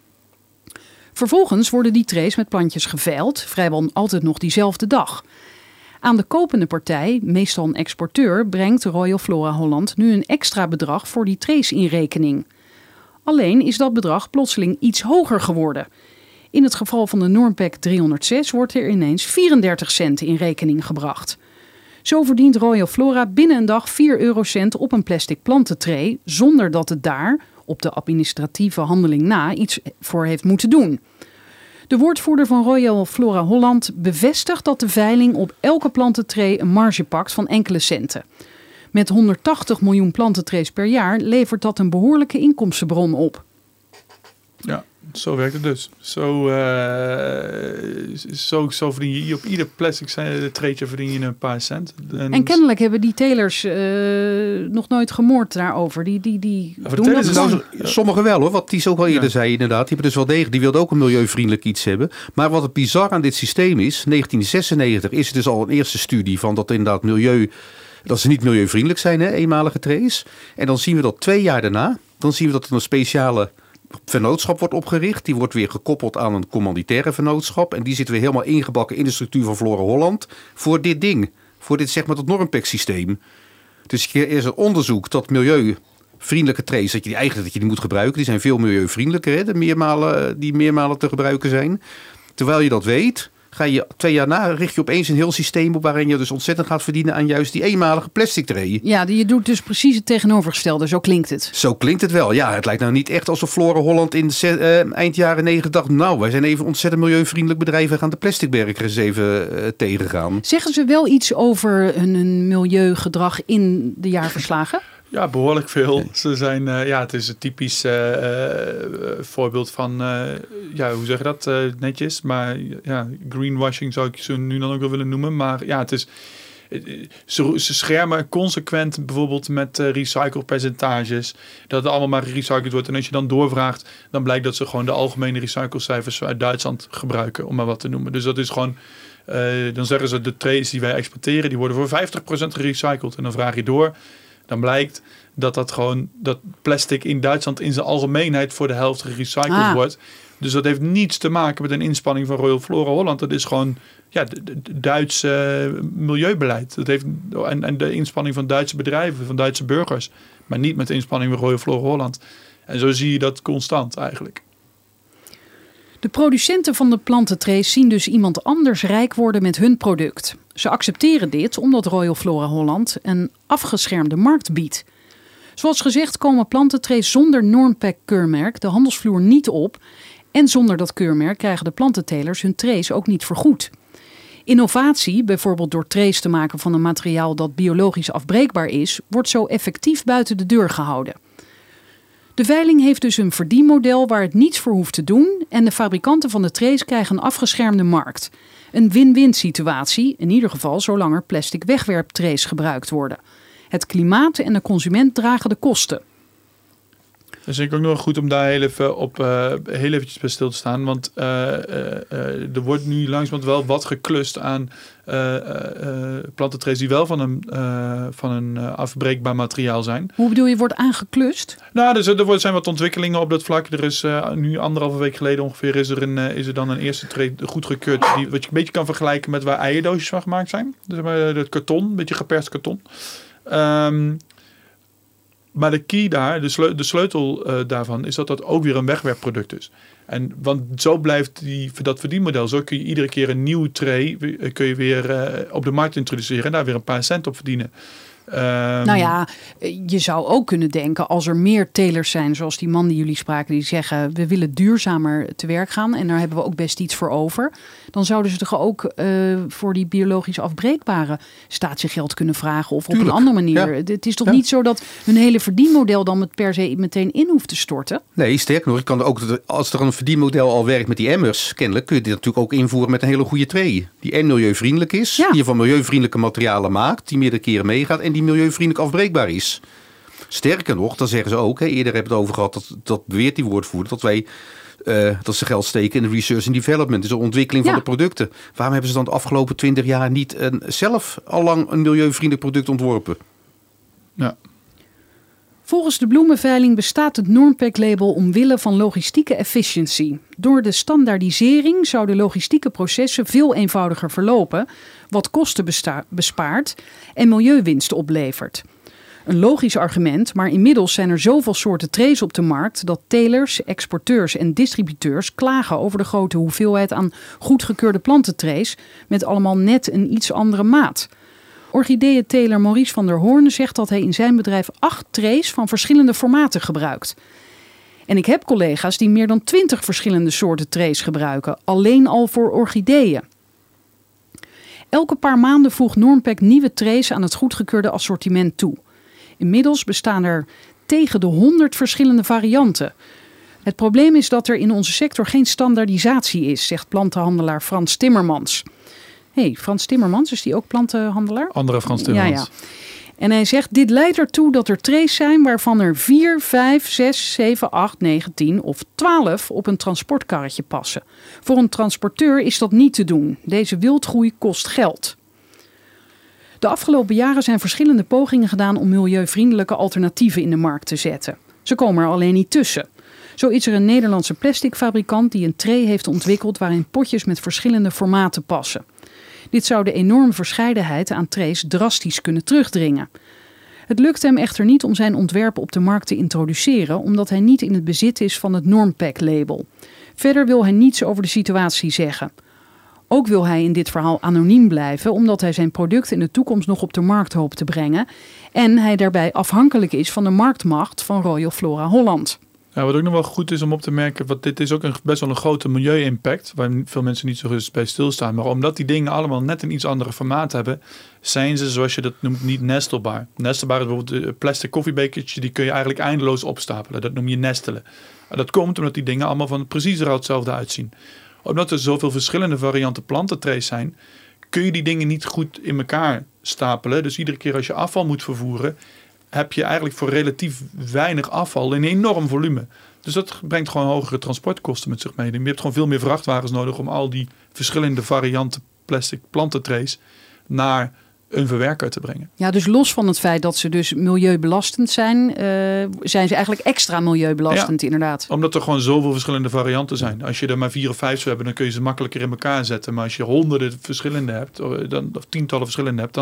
Vervolgens worden die trays met plantjes geveild, vrijwel altijd nog diezelfde dag. Aan de kopende partij, meestal een exporteur, brengt Royal Flora Holland nu een extra bedrag voor die trays in rekening. Alleen is dat bedrag plotseling iets hoger geworden. In het geval van de Normpac 306 wordt er ineens 34 cent in rekening gebracht. Zo verdient Royal Flora binnen een dag 4 eurocent op een plastic plantentray, zonder dat het daar, op de administratieve handeling na, iets voor heeft moeten doen. De woordvoerder van Royal Flora Holland bevestigt dat de veiling op elke plantentray een marge pakt van enkele centen. Met 180 miljoen plantentrays per jaar levert dat een behoorlijke inkomstenbron op.
Ja, zo werkt het dus. Zo verdien je op ieder plastic traytje verdien je een paar cent.
En kennelijk hebben die telers nog nooit gemoord daarover. Die doen dat gewoon.
Sommigen wel hoor, wat Ties ook al eerder zei inderdaad. Die hebben dus wel degelijk, die wilden ook een milieuvriendelijk iets hebben. Maar wat het bizar aan dit systeem is, 1996 is er dus al een eerste studie van dat inderdaad dat ze niet milieuvriendelijk zijn, hè, eenmalige trays. En dan zien we dat 2 jaar daarna, dan zien we dat er een speciale vennootschap wordt opgericht. Die wordt weer gekoppeld aan een commanditaire vennootschap. En die zit weer helemaal ingebakken in de structuur van Flora Holland. Voor dit ding. Voor dit, zeg maar, dat Normpac systeem. Dus er is een onderzoek dat milieuvriendelijke trays, dat je die moet gebruiken. Die zijn veel milieuvriendelijker, hè, die meermalen te gebruiken zijn. Terwijl je dat weet, ga je 2 jaar na, richt je opeens een heel systeem op waarin je dus ontzettend gaat verdienen aan juist die eenmalige plastic tray.
Ja, je doet dus precies het tegenovergestelde. Zo klinkt het.
Zo klinkt het wel. Ja, het lijkt nou niet echt alsof Flora Holland in eind jaren 90 dacht, nou, wij zijn even ontzettend milieuvriendelijk bedrijf en gaan de plasticberg eens even tegengaan.
Zeggen ze wel iets over hun milieugedrag in de jaarverslagen?
Ja, behoorlijk veel. Ze zijn, het is een typisch voorbeeld van, hoe zeg je dat netjes? Maar ja, greenwashing zou ik ze nu dan ook wel willen noemen. Maar ja, het is, ze schermen consequent bijvoorbeeld met recyclepercentages. Dat het allemaal maar gerecycled wordt. En als je dan doorvraagt, dan blijkt dat ze gewoon de algemene recyclecijfers uit Duitsland gebruiken, om maar wat te noemen. Dus dat is gewoon, dan zeggen ze de trays die wij exporteren, die worden voor 50% gerecycled. En dan vraag je door. Dan blijkt dat plastic in Duitsland in zijn algemeenheid voor de helft gerecycled wordt. Dus dat heeft niets te maken met een inspanning van Royal Flora Holland. Dat is gewoon Duitse milieubeleid. Dat heeft, en de inspanning van Duitse bedrijven, van Duitse burgers. Maar niet met de inspanning van Royal Flora Holland. En zo zie je dat constant eigenlijk.
De producenten van de plantentrays zien dus iemand anders rijk worden met hun product. Ze accepteren dit omdat Royal Flora Holland een afgeschermde markt biedt. Zoals gezegd komen plantentrays zonder Normpac-keurmerk de handelsvloer niet op. En zonder dat keurmerk krijgen de plantentelers hun trays ook niet vergoed. Innovatie, bijvoorbeeld door trays te maken van een materiaal dat biologisch afbreekbaar is, wordt zo effectief buiten de deur gehouden. De veiling heeft dus een verdienmodel waar het niets voor hoeft te doen en de fabrikanten van de trays krijgen een afgeschermde markt. Een win-win situatie, in ieder geval zolang er plastic wegwerptrays gebruikt worden. Het klimaat en de consument dragen de kosten.
Dus ik ook nog goed om daar heel eventjes bij stil te staan. Want er wordt nu langzamerhand wel wat geklust aan plantentrays die wel van een afbreekbaar materiaal zijn.
Hoe bedoel je, wordt aangeklust?
Nou, er zijn wat ontwikkelingen op dat vlak. Er is nu 1,5 week geleden ongeveer is er dan een eerste tray goedgekeurd. Wat je een beetje kan vergelijken met waar eierdoosjes van gemaakt zijn. Dus het karton, een beetje geperst karton. Maar de key daar, de sleutel daarvan, is dat ook weer een wegwerpproduct is. Want zo blijft dat verdienmodel. Zo kun je iedere keer een nieuwe tray kun je weer op de markt introduceren en daar weer een paar cent op verdienen.
Nou ja, je zou ook kunnen denken als er meer telers zijn, zoals die man die jullie spraken, die zeggen we willen duurzamer te werk gaan en daar hebben we ook best iets voor over. Dan zouden ze toch ook voor die biologisch afbreekbare statiegeld kunnen vragen of op een andere manier. Ja. Het is toch niet zo dat hun hele verdienmodel dan per se meteen in hoeft te storten?
Nee, sterker nog, je kan ook, als er een verdienmodel al werkt met die emmers, kennelijk kun je dit natuurlijk ook invoeren met een hele goede tray. Die en milieuvriendelijk is, die je van milieuvriendelijke materialen maakt, die meerdere keren meegaat en die milieuvriendelijk afbreekbaar is. Sterker nog, dan zeggen ze ook, eerder hebben we het over gehad, dat beweert die woordvoerder, dat ze geld steken in de research and development, dus de ontwikkeling van de producten. Waarom hebben ze dan de afgelopen 20 jaar niet zelf allang een milieuvriendelijk product ontworpen?
Ja.
Volgens de bloemenveiling bestaat het Normpec-label omwille van logistieke efficiency. Door de standaardisering zouden logistieke processen veel eenvoudiger verlopen, wat kosten bespaart en milieuwinst oplevert. Een logisch argument, maar inmiddels zijn er zoveel soorten trays op de markt dat telers, exporteurs en distributeurs klagen over de grote hoeveelheid aan goedgekeurde plantentrays met allemaal net een iets andere maat. Orchideeënteler Maurice van der Hoorn zegt dat hij in zijn bedrijf 8 trays van verschillende formaten gebruikt. En ik heb collega's die meer dan 20 verschillende soorten trays gebruiken, alleen al voor orchideeën. Elke paar maanden voegt Normpec nieuwe trays aan het goedgekeurde assortiment toe. Inmiddels bestaan er tegen de 100 verschillende varianten. Het probleem is dat er in onze sector geen standaardisatie is, zegt plantenhandelaar Frans Timmermans. Frans Timmermans, is die ook plantenhandelaar?
Andere Frans Timmermans.
Ja. En hij zegt, dit leidt ertoe dat er trays zijn waarvan er 4, 5, 6, 7, 8, 9, 10 of 12 op een transportkarretje passen. Voor een transporteur is dat niet te doen. Deze wildgroei kost geld. De afgelopen jaren zijn verschillende pogingen gedaan om milieuvriendelijke alternatieven in de markt te zetten. Ze komen er alleen niet tussen. Zo is er een Nederlandse plasticfabrikant die een tray heeft ontwikkeld waarin potjes met verschillende formaten passen. Dit zou de enorme verscheidenheid aan trays drastisch kunnen terugdringen. Het lukt hem echter niet om zijn ontwerp op de markt te introduceren, omdat hij niet in het bezit is van het Normpec-label. Verder wil hij niets over de situatie zeggen. Ook wil hij in dit verhaal anoniem blijven, omdat hij zijn product in de toekomst nog op de markt hoopt te brengen en hij daarbij afhankelijk is van de marktmacht van Royal Flora Holland.
Ja, wat ook nog wel goed is om op te merken, want dit is ook best wel een grote milieu-impact, waar veel mensen niet zo gerust bij stilstaan. Maar omdat die dingen allemaal net een iets andere formaat hebben, zijn ze, zoals je dat noemt, niet nestelbaar. Nestelbaar is bijvoorbeeld een plastic koffiebekertje, die kun je eigenlijk eindeloos opstapelen. Dat noem je nestelen. En dat komt omdat die dingen allemaal van precies er hetzelfde uitzien. Omdat er zoveel verschillende varianten plantentrays zijn, kun je die dingen niet goed in elkaar stapelen. Dus iedere keer als je afval moet vervoeren, heb je eigenlijk voor relatief weinig afval een enorm volume. Dus dat brengt gewoon hogere transportkosten met zich mee. Je hebt gewoon veel meer vrachtwagens nodig om al die verschillende varianten plastic plantentrays naar een verwerker te brengen. Ja,
dus los van het feit dat ze dus milieubelastend zijn, zijn ze eigenlijk extra milieubelastend inderdaad.
Omdat er gewoon zoveel verschillende varianten zijn. Als je er maar 4 of 5 zou hebben, dan kun je ze makkelijker in elkaar zetten. Maar als je honderden verschillende hebt, of tientallen verschillende hebt,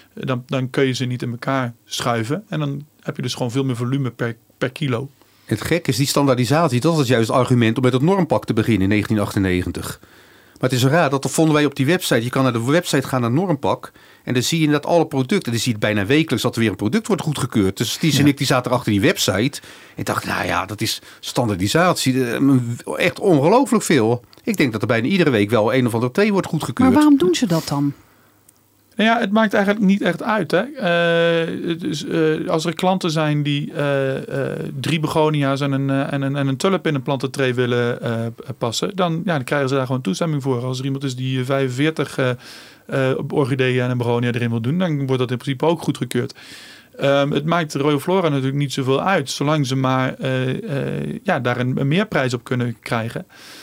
dan kun je ze niet in elkaar schuiven. En dan heb je dus gewoon veel meer volume per kilo.
Het gek is, die standaardisatie, dat is juist het argument om met het Normpaq te beginnen in 1998. Maar het is raar, dat vonden wij op die website. Je kan naar de website gaan naar Normpaq en dan zie je dat alle producten, dan zie je bijna wekelijks dat er weer een product wordt goedgekeurd. Dus Ties en ik die zaten achter die website en dacht, nou ja, dat is standaardisatie. Echt ongelooflijk veel. Ik denk dat er bijna iedere week wel een of andere thee wordt goedgekeurd.
Maar waarom doen ze dat dan?
Nou ja, het maakt eigenlijk niet echt uit. Hè? Als er klanten zijn die 3 begonia's en een tulp in een plantentray willen passen, dan krijgen ze daar gewoon toestemming voor. Als er iemand is die 45 orchideeën en een begonia erin wil doen, dan wordt dat in principe ook goedgekeurd. Het maakt Royal Flora natuurlijk niet zoveel uit, zolang ze maar daar een meerprijs op kunnen krijgen.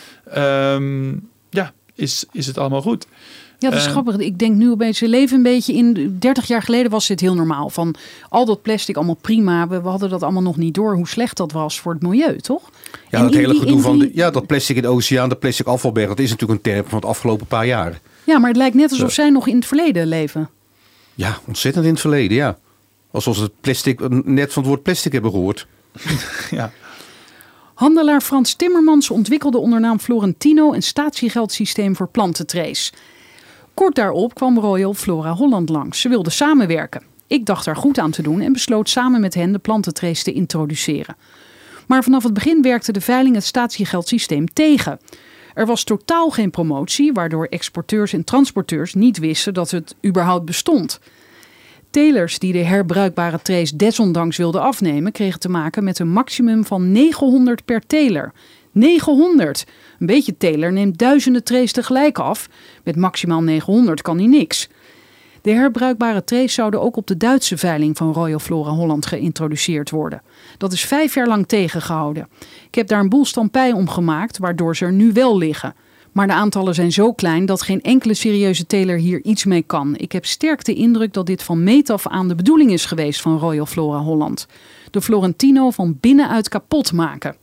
Is het allemaal goed.
Ja, dat is grappig. Ik denk nu opeens, we leven een beetje in... 30 jaar geleden was dit heel normaal. Van al dat plastic, allemaal prima. We hadden dat allemaal nog niet door hoe slecht dat was voor het milieu, toch?
Ja, dat hele gedoe van dat plastic in de oceaan, de plastic afvalberg, dat is natuurlijk een term van het afgelopen paar jaar.
Ja, maar het lijkt net alsof zij nog in het verleden leven.
Ja, ontzettend in het verleden, ja. Alsof ze het plastic, net van het woord plastic hebben gehoord.
Ja.
Handelaar Frans Timmermans ontwikkelde onder naam Florentino een statiegeldsysteem voor plantentrays. Kort daarop kwam Royal Flora Holland langs. Ze wilden samenwerken. Ik dacht daar goed aan te doen en besloot samen met hen de plantentrays te introduceren. Maar vanaf het begin werkte de veiling het statiegeldsysteem tegen. Er was totaal geen promotie, waardoor exporteurs en transporteurs niet wisten dat het überhaupt bestond. Telers die de herbruikbare trays desondanks wilden afnemen, kregen te maken met een maximum van 900 per teler. 900! Een beetje teler neemt duizenden trays tegelijk af. Met maximaal 900 kan hij niks. De herbruikbare trays zouden ook op de Duitse veiling van Royal Flora Holland geïntroduceerd worden. Dat is 5 jaar lang tegengehouden. Ik heb daar een boel stampij om gemaakt, waardoor ze er nu wel liggen. Maar de aantallen zijn zo klein dat geen enkele serieuze teler hier iets mee kan. Ik heb sterk de indruk dat dit van meet af aan de bedoeling is geweest van Royal Flora Holland. De Florentino van binnenuit kapot maken.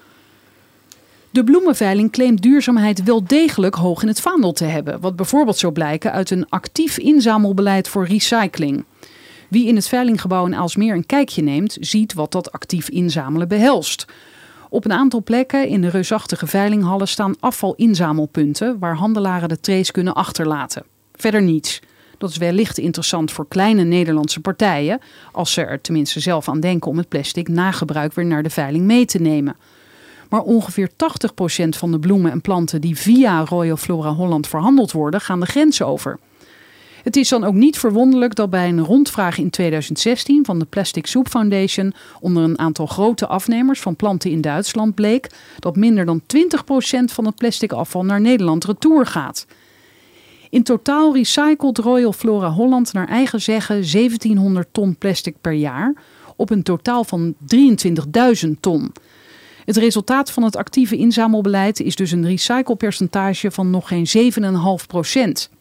De bloemenveiling claimt duurzaamheid wel degelijk hoog in het vaandel te hebben. Wat bijvoorbeeld zou blijken uit een actief inzamelbeleid voor recycling. Wie in het veilinggebouw in Aalsmeer een kijkje neemt, ziet wat dat actief inzamelen behelst. Op een aantal plekken in de reusachtige veilinghallen staan afvalinzamelpunten waar handelaren de trays kunnen achterlaten. Verder niets. Dat is wellicht interessant voor kleine Nederlandse partijen, als ze er tenminste zelf aan denken om het plastic na gebruik weer naar de veiling mee te nemen. Maar ongeveer 80% van de bloemen en planten die via Royal Flora Holland verhandeld worden, gaan de grens over. Het is dan ook niet verwonderlijk dat bij een rondvraag in 2016 van de Plastic Soup Foundation onder een aantal grote afnemers van planten in Duitsland bleek dat minder dan 20% van het plastic afval naar Nederland retour gaat. In totaal recycelt Royal Flora Holland naar eigen zeggen 1700 ton plastic per jaar op een totaal van 23.000 ton. Het resultaat van het actieve inzamelbeleid is dus een recyclepercentage van nog geen 7,5%.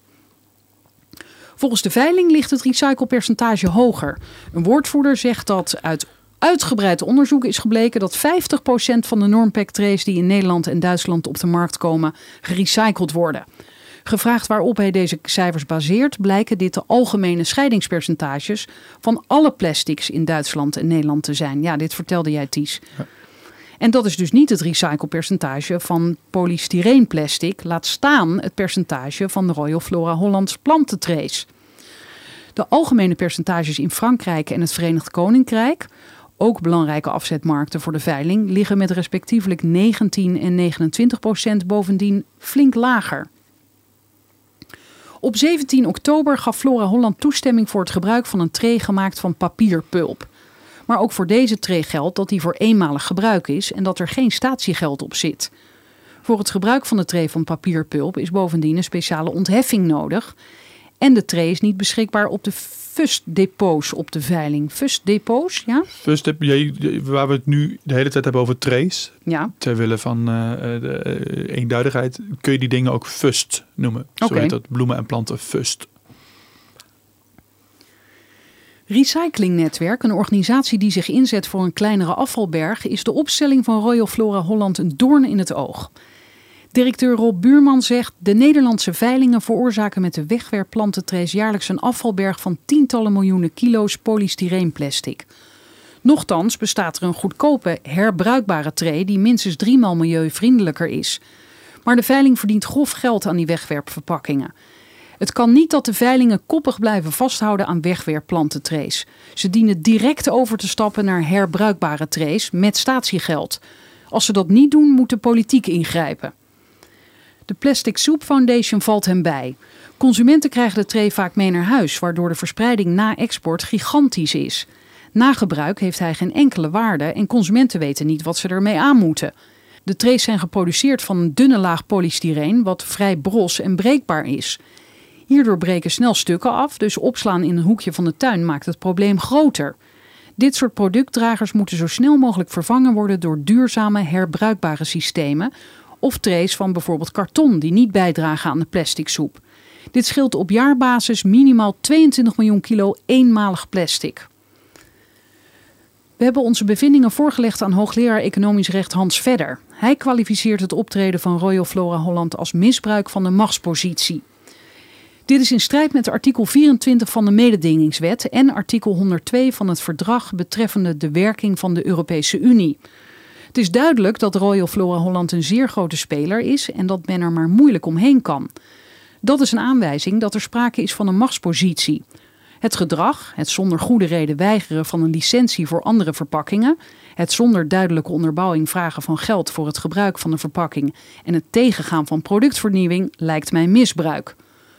Volgens de veiling ligt het recyclepercentage hoger. Een woordvoerder zegt dat uit uitgebreid onderzoek is gebleken dat 50% van de Normpack trays die in Nederland en Duitsland op de markt komen gerecycled worden. Gevraagd waarop hij deze cijfers baseert, blijken dit de algemene scheidingspercentages van alle plastics in Duitsland en Nederland te zijn. Ja, dit vertelde jij, Ties. Ja. En dat is dus niet het recyclepercentage van polystyreenplastic, laat staan het percentage van de Royal Flora Hollands plantentrays. De algemene percentages in Frankrijk en het Verenigd Koninkrijk, ook belangrijke afzetmarkten voor de veiling, liggen met respectievelijk 19 en 29% bovendien flink lager. Op 17 oktober gaf Flora Holland toestemming voor het gebruik van een tray gemaakt van papierpulp. Maar ook voor deze tray geldt dat die voor eenmalig gebruik is en dat er geen statiegeld op zit. Voor het gebruik van de tray van papierpulp is bovendien een speciale ontheffing nodig. En de tray is niet beschikbaar op de FUST-depots op de veiling. FUST-depots, ja?
Waar we het nu de hele tijd hebben over trays.
Ja.
Ter wille van de eenduidigheid kun je die dingen ook FUST noemen. Zo heet dat, bloemen en planten FUST.
Recyclingnetwerk, een organisatie die zich inzet voor een kleinere afvalberg, is de opstelling van Royal Flora Holland een doorn in het oog. Directeur Rob Buurman zegt: de Nederlandse veilingen veroorzaken met de wegwerpplantentrays jaarlijks een afvalberg van tientallen miljoenen kilo's polystyreenplastic. Nochtans bestaat er een goedkope, herbruikbare tray die minstens 3 maal milieuvriendelijker is. Maar de veiling verdient grof geld aan die wegwerpverpakkingen. Het kan niet dat de veilingen koppig blijven vasthouden aan wegwerpplantentrays. Ze dienen direct over te stappen naar herbruikbare trays met statiegeld. Als ze dat niet doen, moet de politiek ingrijpen. De Plastic Soup Foundation valt hem bij. Consumenten krijgen de tray vaak mee naar huis, waardoor de verspreiding na export gigantisch is. Na gebruik heeft hij geen enkele waarde en consumenten weten niet wat ze ermee aan moeten. De trays zijn geproduceerd van een dunne laag polystyreen, wat vrij bros en breekbaar is. Hierdoor breken snel stukken af, dus opslaan in een hoekje van de tuin maakt het probleem groter. Dit soort productdragers moeten zo snel mogelijk vervangen worden door duurzame, herbruikbare systemen of trays van bijvoorbeeld karton die niet bijdragen aan de plastic soep. Dit scheelt op jaarbasis minimaal 22 miljoen kilo eenmalig plastic. We hebben onze bevindingen voorgelegd aan hoogleraar economisch recht Hans Vedder. Hij kwalificeert het optreden van Royal Flora Holland als misbruik van de machtspositie. Dit is in strijd met artikel 24 van de mededingingswet en artikel 102 van het verdrag betreffende de werking van de Europese Unie. Het is duidelijk dat Royal Flora Holland een zeer grote speler is en dat men er maar moeilijk omheen kan. Dat is een aanwijzing dat er sprake is van een machtspositie. Het gedrag, het zonder goede reden weigeren van een licentie voor andere verpakkingen, het zonder duidelijke onderbouwing vragen van geld voor het gebruik van de verpakking en het tegengaan van productvernieuwing lijkt mij misbruik.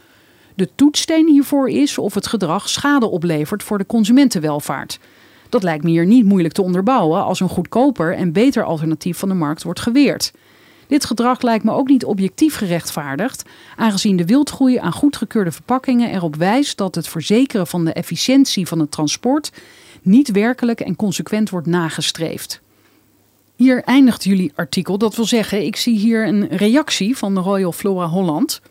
De toetssteen hiervoor is of het gedrag schade oplevert voor de consumentenwelvaart. Dat lijkt me hier niet moeilijk te onderbouwen als een goedkoper en beter alternatief van de markt wordt geweerd. Dit gedrag lijkt me ook niet objectief gerechtvaardigd, aangezien de wildgroei aan goedgekeurde verpakkingen erop wijst dat het verzekeren van de efficiëntie van het transport niet werkelijk en consequent wordt nagestreefd. Hier eindigt jullie artikel, dat wil zeggen, ik zie hier een reactie van de Royal Flora Holland.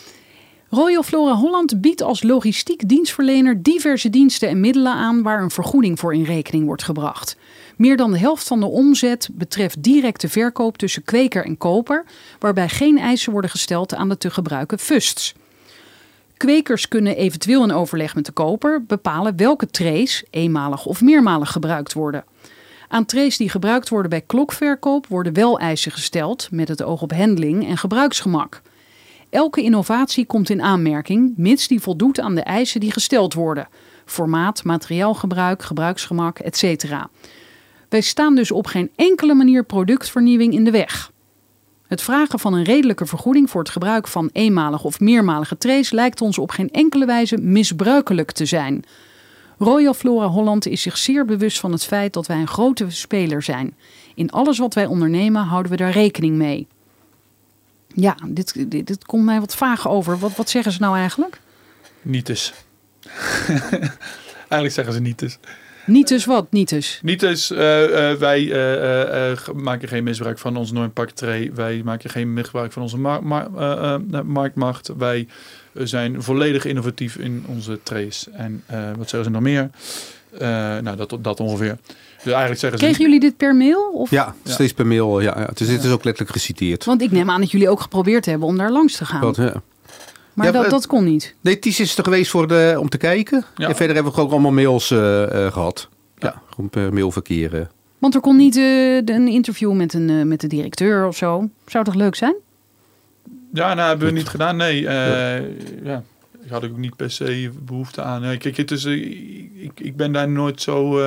Royal Flora Holland biedt als logistiek dienstverlener diverse diensten en middelen aan waar een vergoeding voor in rekening wordt gebracht. Meer dan de helft van de omzet betreft directe verkoop tussen kweker en koper, waarbij geen eisen worden gesteld aan de te gebruiken fusts. Kwekers kunnen eventueel in overleg met de koper bepalen welke trays eenmalig of meermalig gebruikt worden. Aan trays die gebruikt worden bij klokverkoop worden wel eisen gesteld met het oog op handling en gebruiksgemak. Elke innovatie komt in aanmerking, mits die voldoet aan de eisen die gesteld worden. Formaat, materiaalgebruik, gebruiksgemak, etc. Wij staan dus op geen enkele manier productvernieuwing in de weg. Het vragen van een redelijke vergoeding voor het gebruik van eenmalige of meermalige trays lijkt ons op geen enkele wijze misbruikelijk te zijn. Royal Flora Holland is zich zeer bewust van het feit dat wij een grote speler zijn. In alles wat wij ondernemen houden we daar rekening mee. Ja, dit komt mij wat vaag over. Wat zeggen ze nou eigenlijk?
Niet eens. Eigenlijk zeggen ze niet eens.
Niet dus wat? Niet dus?
Niet dus, wij maken geen misbruik van onze normpakketree. Wij maken geen misbruik van onze marktmacht. Wij zijn volledig innovatief in onze trays. En wat zeggen ze nog meer? Dat ongeveer. Dus eigenlijk zeggen
Kregen jullie dit per mail? Of?
Ja, steeds per mail. Ja. Dus dit is ook letterlijk geciteerd.
Want ik neem aan dat jullie ook geprobeerd hebben om daar langs te gaan. Maar dat kon niet.
Nee, Ties is er geweest om te kijken. Ja. En verder hebben we ook allemaal mails gehad. Ja, gewoon per mailverkeer.
Want er kon niet een interview met de directeur of zo. Zou toch leuk zijn?
Ja, hebben we niet gedaan. Nee, ik had ook niet per se behoefte aan. Kijk, ik ben daar nooit zo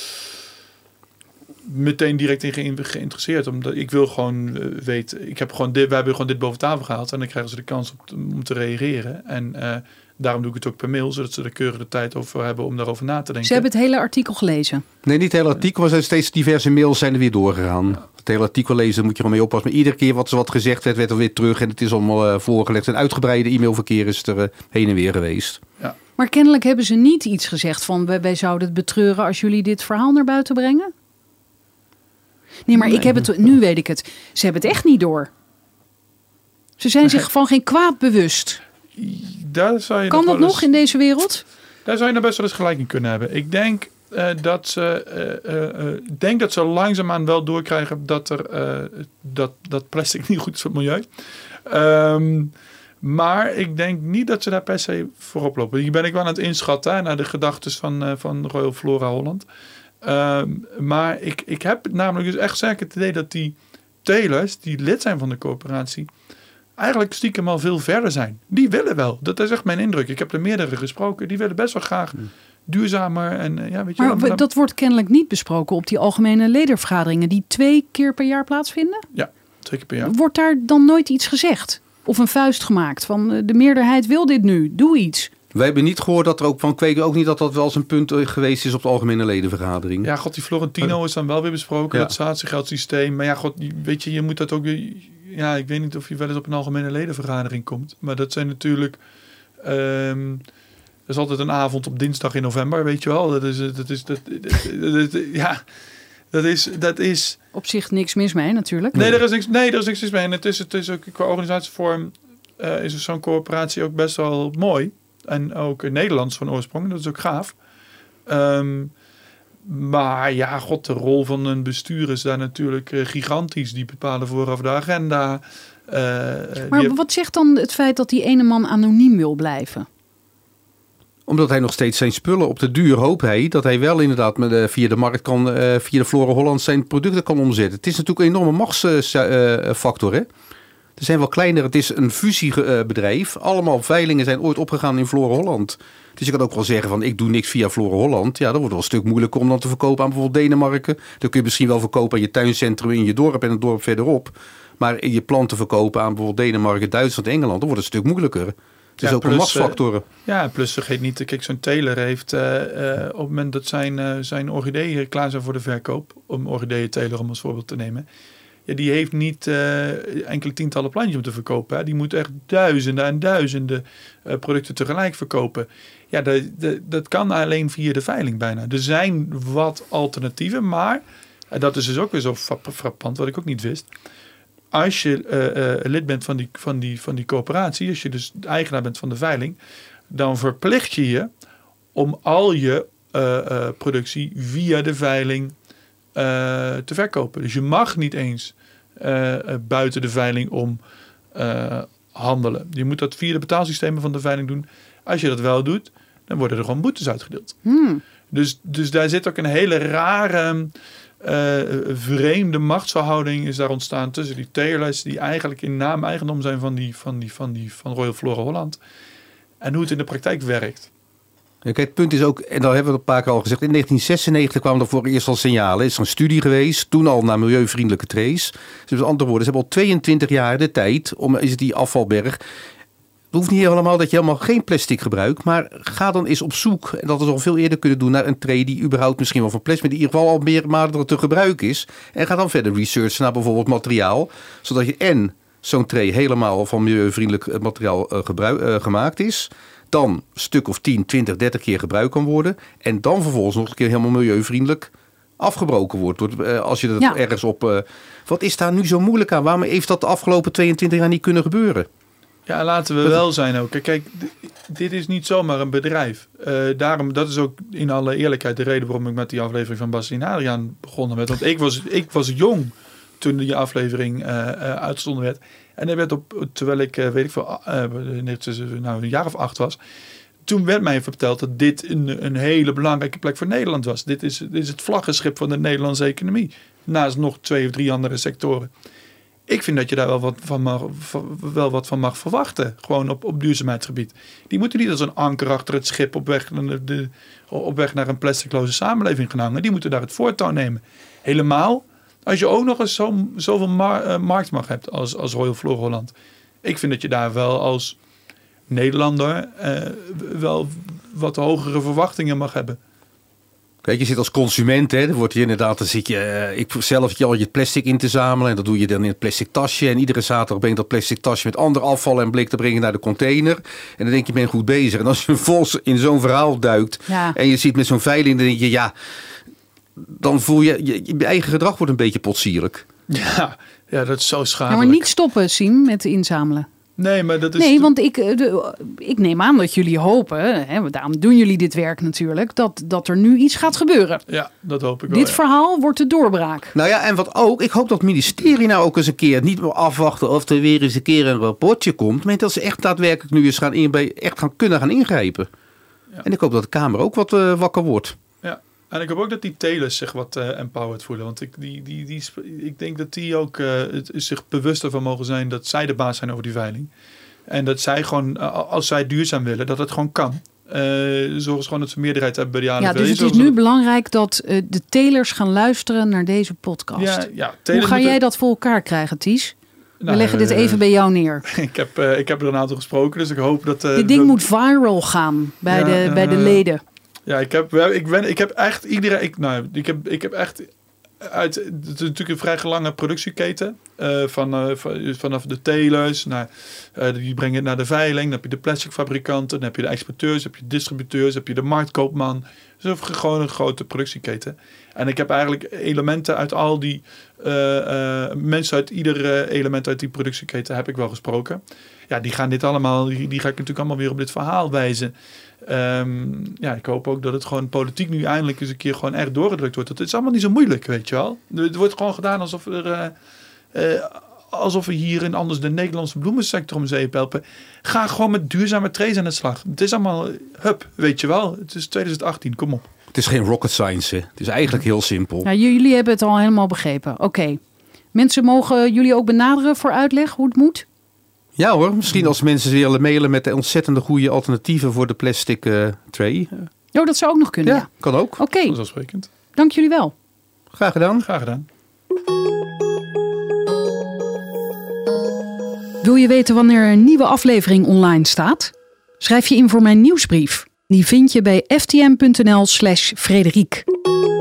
meteen direct in geïnteresseerd. Omdat ik wil gewoon weten. Wij hebben gewoon dit boven tafel gehaald. En dan krijgen ze de kans om te reageren. En daarom doe ik het ook per mail. Zodat ze er keurig de tijd over hebben om daarover na te denken.
Ze hebben het hele artikel gelezen?
Nee, niet het hele artikel. Maar zijn steeds diverse mails zijn er weer doorgegaan. Ja. Het hele artikel lezen, moet je gewoon mee oppassen. Maar iedere keer wat gezegd werd er weer terug. En het is allemaal voorgelegd. Een uitgebreide e-mailverkeer is er heen en weer geweest. Ja.
Maar kennelijk hebben ze niet iets gezegd van wij zouden het betreuren als jullie dit verhaal naar buiten brengen? Nee, maar ik heb het, nu weet ik het. Ze hebben het echt niet door. Ze zijn zich van geen kwaad bewust. Kan dat nog in deze wereld?
Daar zou je nou best wel eens gelijk in kunnen hebben. Ik denk dat ze langzaamaan wel doorkrijgen dat plastic niet goed is voor het milieu. Maar ik denk niet dat ze daar per se voorop lopen. Hier ben ik wel aan het inschatten naar de gedachtes van Royal Flora Holland. Maar ik heb namelijk dus echt zeker het idee dat die telers die lid zijn van de coöperatie eigenlijk stiekem al veel verder zijn. Die willen wel. Dat is echt mijn indruk. Ik heb er meerdere gesproken. Die willen best wel graag duurzamer. En, weet je
maar wel, dat wordt kennelijk niet besproken op die algemene ledenvergaderingen die 2 keer per jaar plaatsvinden?
Ja, 2 keer per jaar.
Wordt daar dan nooit iets gezegd? Of een vuist gemaakt van de meerderheid wil dit nu, doe iets.
Wij hebben niet gehoord dat er ook van kweken ook niet dat dat wel eens een punt geweest is op de algemene ledenvergadering.
Ja, god, die Florentino is dan wel weer besproken, dat statiegeldsysteem. Maar ja, god, weet je moet dat ook weer... Ja, ik weet niet of je wel eens op een algemene ledenvergadering komt. Maar dat zijn natuurlijk... er is altijd een avond op dinsdag in november, weet je wel. Dat is...
Op zich niks mis mee natuurlijk.
Nee, er is niks mis mee. En het is ook qua organisatievorm is zo'n coöperatie ook best wel mooi. En ook Nederlands van oorsprong, dat is ook gaaf. Maar ja, god, de rol van een bestuur is daar natuurlijk gigantisch. Die bepalen vooraf de agenda.
Maar wat zegt dan het feit dat die ene man anoniem wil blijven?
Omdat hij nog steeds zijn spullen op de duur hoopt hij dat hij wel inderdaad via de markt kan, via de Flora Holland zijn producten kan omzetten. Het is natuurlijk een enorme machtsfactor, hè? Er zijn wel kleinere, het is een fusiebedrijf. Allemaal veilingen zijn ooit opgegaan in Flora Holland. Dus je kan ook wel zeggen van ik doe niks via Flora Holland. Ja, dat wordt wel een stuk moeilijker om dan te verkopen aan bijvoorbeeld Denemarken. Dan kun je misschien wel verkopen aan je tuincentrum in je dorp en het dorp verderop. Maar je planten verkopen aan bijvoorbeeld Denemarken, Duitsland, Engeland, dan wordt het een stuk moeilijker. Het is ook een machtsfactor.
Plus vergeet niet, kijk, zo'n teler heeft op het moment dat zijn orchideeën klaar zijn voor de verkoop, om orchideeënteler om als voorbeeld te nemen. Ja, die heeft niet enkele tientallen plantjes om te verkopen. Hè. Die moet echt duizenden en duizenden producten tegelijk verkopen. Ja, dat kan alleen via de veiling bijna. Er zijn wat alternatieven, maar, en dat is dus ook weer zo frappant, wat ik ook niet wist. Als je lid bent van die coöperatie, als je dus de eigenaar bent van de veiling, dan verplicht je je om al je productie via de veiling te verkopen. Dus je mag niet eens buiten de veiling om handelen. Je moet dat via de betaalsystemen van de veiling doen. Als je dat wel doet, dan worden er gewoon boetes uitgedeeld. Dus daar zit ook een hele rare vreemde machtsverhouding is daar ontstaan tussen die telers die eigenlijk in naam eigendom zijn van Royal Flora Holland en hoe het in de praktijk werkt.
Kijk, het punt is ook, en daar hebben we het een paar keer al gezegd, in 1996 kwamen er voor eerst al signalen. Is er een studie geweest, toen al naar milieuvriendelijke trays. Dus met andere woorden, ze hebben al 22 jaar de tijd om die afvalberg. Het hoeft niet helemaal dat je helemaal geen plastic gebruikt, maar ga dan eens op zoek, en dat is al veel eerder kunnen doen, naar een tray die überhaupt misschien wel van plastic, maar die in ieder geval al meermalig te gebruiken is. En ga dan verder researchen naar bijvoorbeeld materiaal, zodat je en zo'n tray helemaal van milieuvriendelijk materiaal gemaakt is. Dan een stuk of 10, 20, 30 keer gebruikt kan worden. En dan vervolgens nog een keer helemaal milieuvriendelijk afgebroken wordt. Als je dat ergens op... wat is daar nu zo moeilijk aan? Waarom heeft dat de afgelopen 22 jaar niet kunnen gebeuren?
Ja, laten we wel zijn ook. Kijk, dit is niet zomaar een bedrijf. Daarom, dat is ook in alle eerlijkheid de reden waarom ik met die aflevering van Bas en Adriaan begonnen werd. Want ik was jong toen die aflevering uitgezonden werd. En er werd terwijl ik, een jaar of 8 was, toen werd mij verteld dat dit een hele belangrijke plek voor Nederland was. Dit is het vlaggenschip van de Nederlandse economie. Naast nog 2 of 3 andere sectoren. Ik vind dat je daar wel wat van mag verwachten. Gewoon op duurzaamheidsgebied. Die moeten niet als een anker achter het schip op weg naar een plasticloze samenleving gaan hangen. Die moeten daar het voortouw nemen. Helemaal als je ook nog eens zoveel marktmacht hebt als Royal Flora Holland. Ik vind dat je daar wel als Nederlander wel wat hogere verwachtingen mag hebben.
Kijk, je zit als consument, hè, dan zit je, ik zelf al je plastic in te zamelen en dat doe je dan in het plastic tasje. En iedere zaterdag breng je dat plastic tasje met ander afval en blik te brengen naar de container. En dan denk je, ben goed bezig. En als je vol in zo'n verhaal duikt en je ziet met zo'n veiling, dan denk je, dan voel je eigen gedrag wordt een beetje potsierlijk.
Ja, dat is zo schadelijk.
Maar niet stoppen, Siem, met inzamelen.
Nee, maar dat is...
Nee, want ik neem aan dat jullie hopen, hè, daarom doen jullie dit werk natuurlijk, dat er nu iets gaat gebeuren.
Ja, dat hoop ik wel.
Dit verhaal wordt de doorbraak.
Nou ja, en wat ook, ik hoop dat het ministerie nou ook eens een keer niet meer afwachten of er weer eens een keer een rapportje komt, maar dat ze echt daadwerkelijk nu eens gaan kunnen gaan ingrijpen. Ja. En ik hoop dat de Kamer ook wat wakker wordt.
Ja. En ik hoop ook dat die telers zich wat empowered voelen. Want ik denk dat die ook zich bewust ervan mogen zijn dat zij de baas zijn over die veiling. En dat zij gewoon, als zij duurzaam willen, dat het gewoon kan. Zorgen ze gewoon dat ze meerderheid hebben bij de ALV.
Ja, dus het is nu belangrijk dat de telers gaan luisteren naar deze podcast.
Ja,
hoe ga jij dat voor elkaar krijgen, Ties? We leggen dit even bij jou neer.
Ik heb er een aantal gesproken, dus ik hoop dat...
Dit ding moet viral gaan bij de leden.
Ja, ik heb echt iedereen... Ik heb echt... Het is natuurlijk een vrij lange productieketen. Vanaf de telers, die brengen het naar de veiling. Dan heb je de plasticfabrikanten, dan heb je de exporteurs, dan heb je de distributeurs, dan heb je de marktkoopman. Dus gewoon een grote productieketen. En ik heb eigenlijk elementen uit al die mensen uit ieder element uit die productieketen heb ik wel gesproken. Ja, die gaan dit allemaal, die ga ik natuurlijk allemaal weer op dit verhaal wijzen. Ik hoop ook dat het gewoon politiek nu eindelijk eens een keer gewoon echt doorgedrukt wordt. Het is allemaal niet zo moeilijk, weet je wel. Het wordt gewoon gedaan alsof we hier in anders de Nederlandse bloemensector om zeep helpen. Ga gewoon met duurzame trays aan de slag. Het is allemaal weet je wel. Het is 2018, kom op.
Het is geen rocket science, hè. Het is eigenlijk heel simpel.
Ja, jullie hebben het al helemaal begrepen. Oké. Mensen mogen jullie ook benaderen voor uitleg hoe het moet?
Ja hoor, misschien als mensen willen mailen met de ontzettende goede alternatieven voor de plastic tray.
Oh, dat zou ook nog kunnen. Ja.
Kan ook.
Oké.
Vanzelfsprekend.
Dank jullie wel.
Graag gedaan.
Graag gedaan.
Wil je weten wanneer een nieuwe aflevering online staat? Schrijf je in voor mijn nieuwsbrief. Die vind je bij ftm.nl/Frederiek.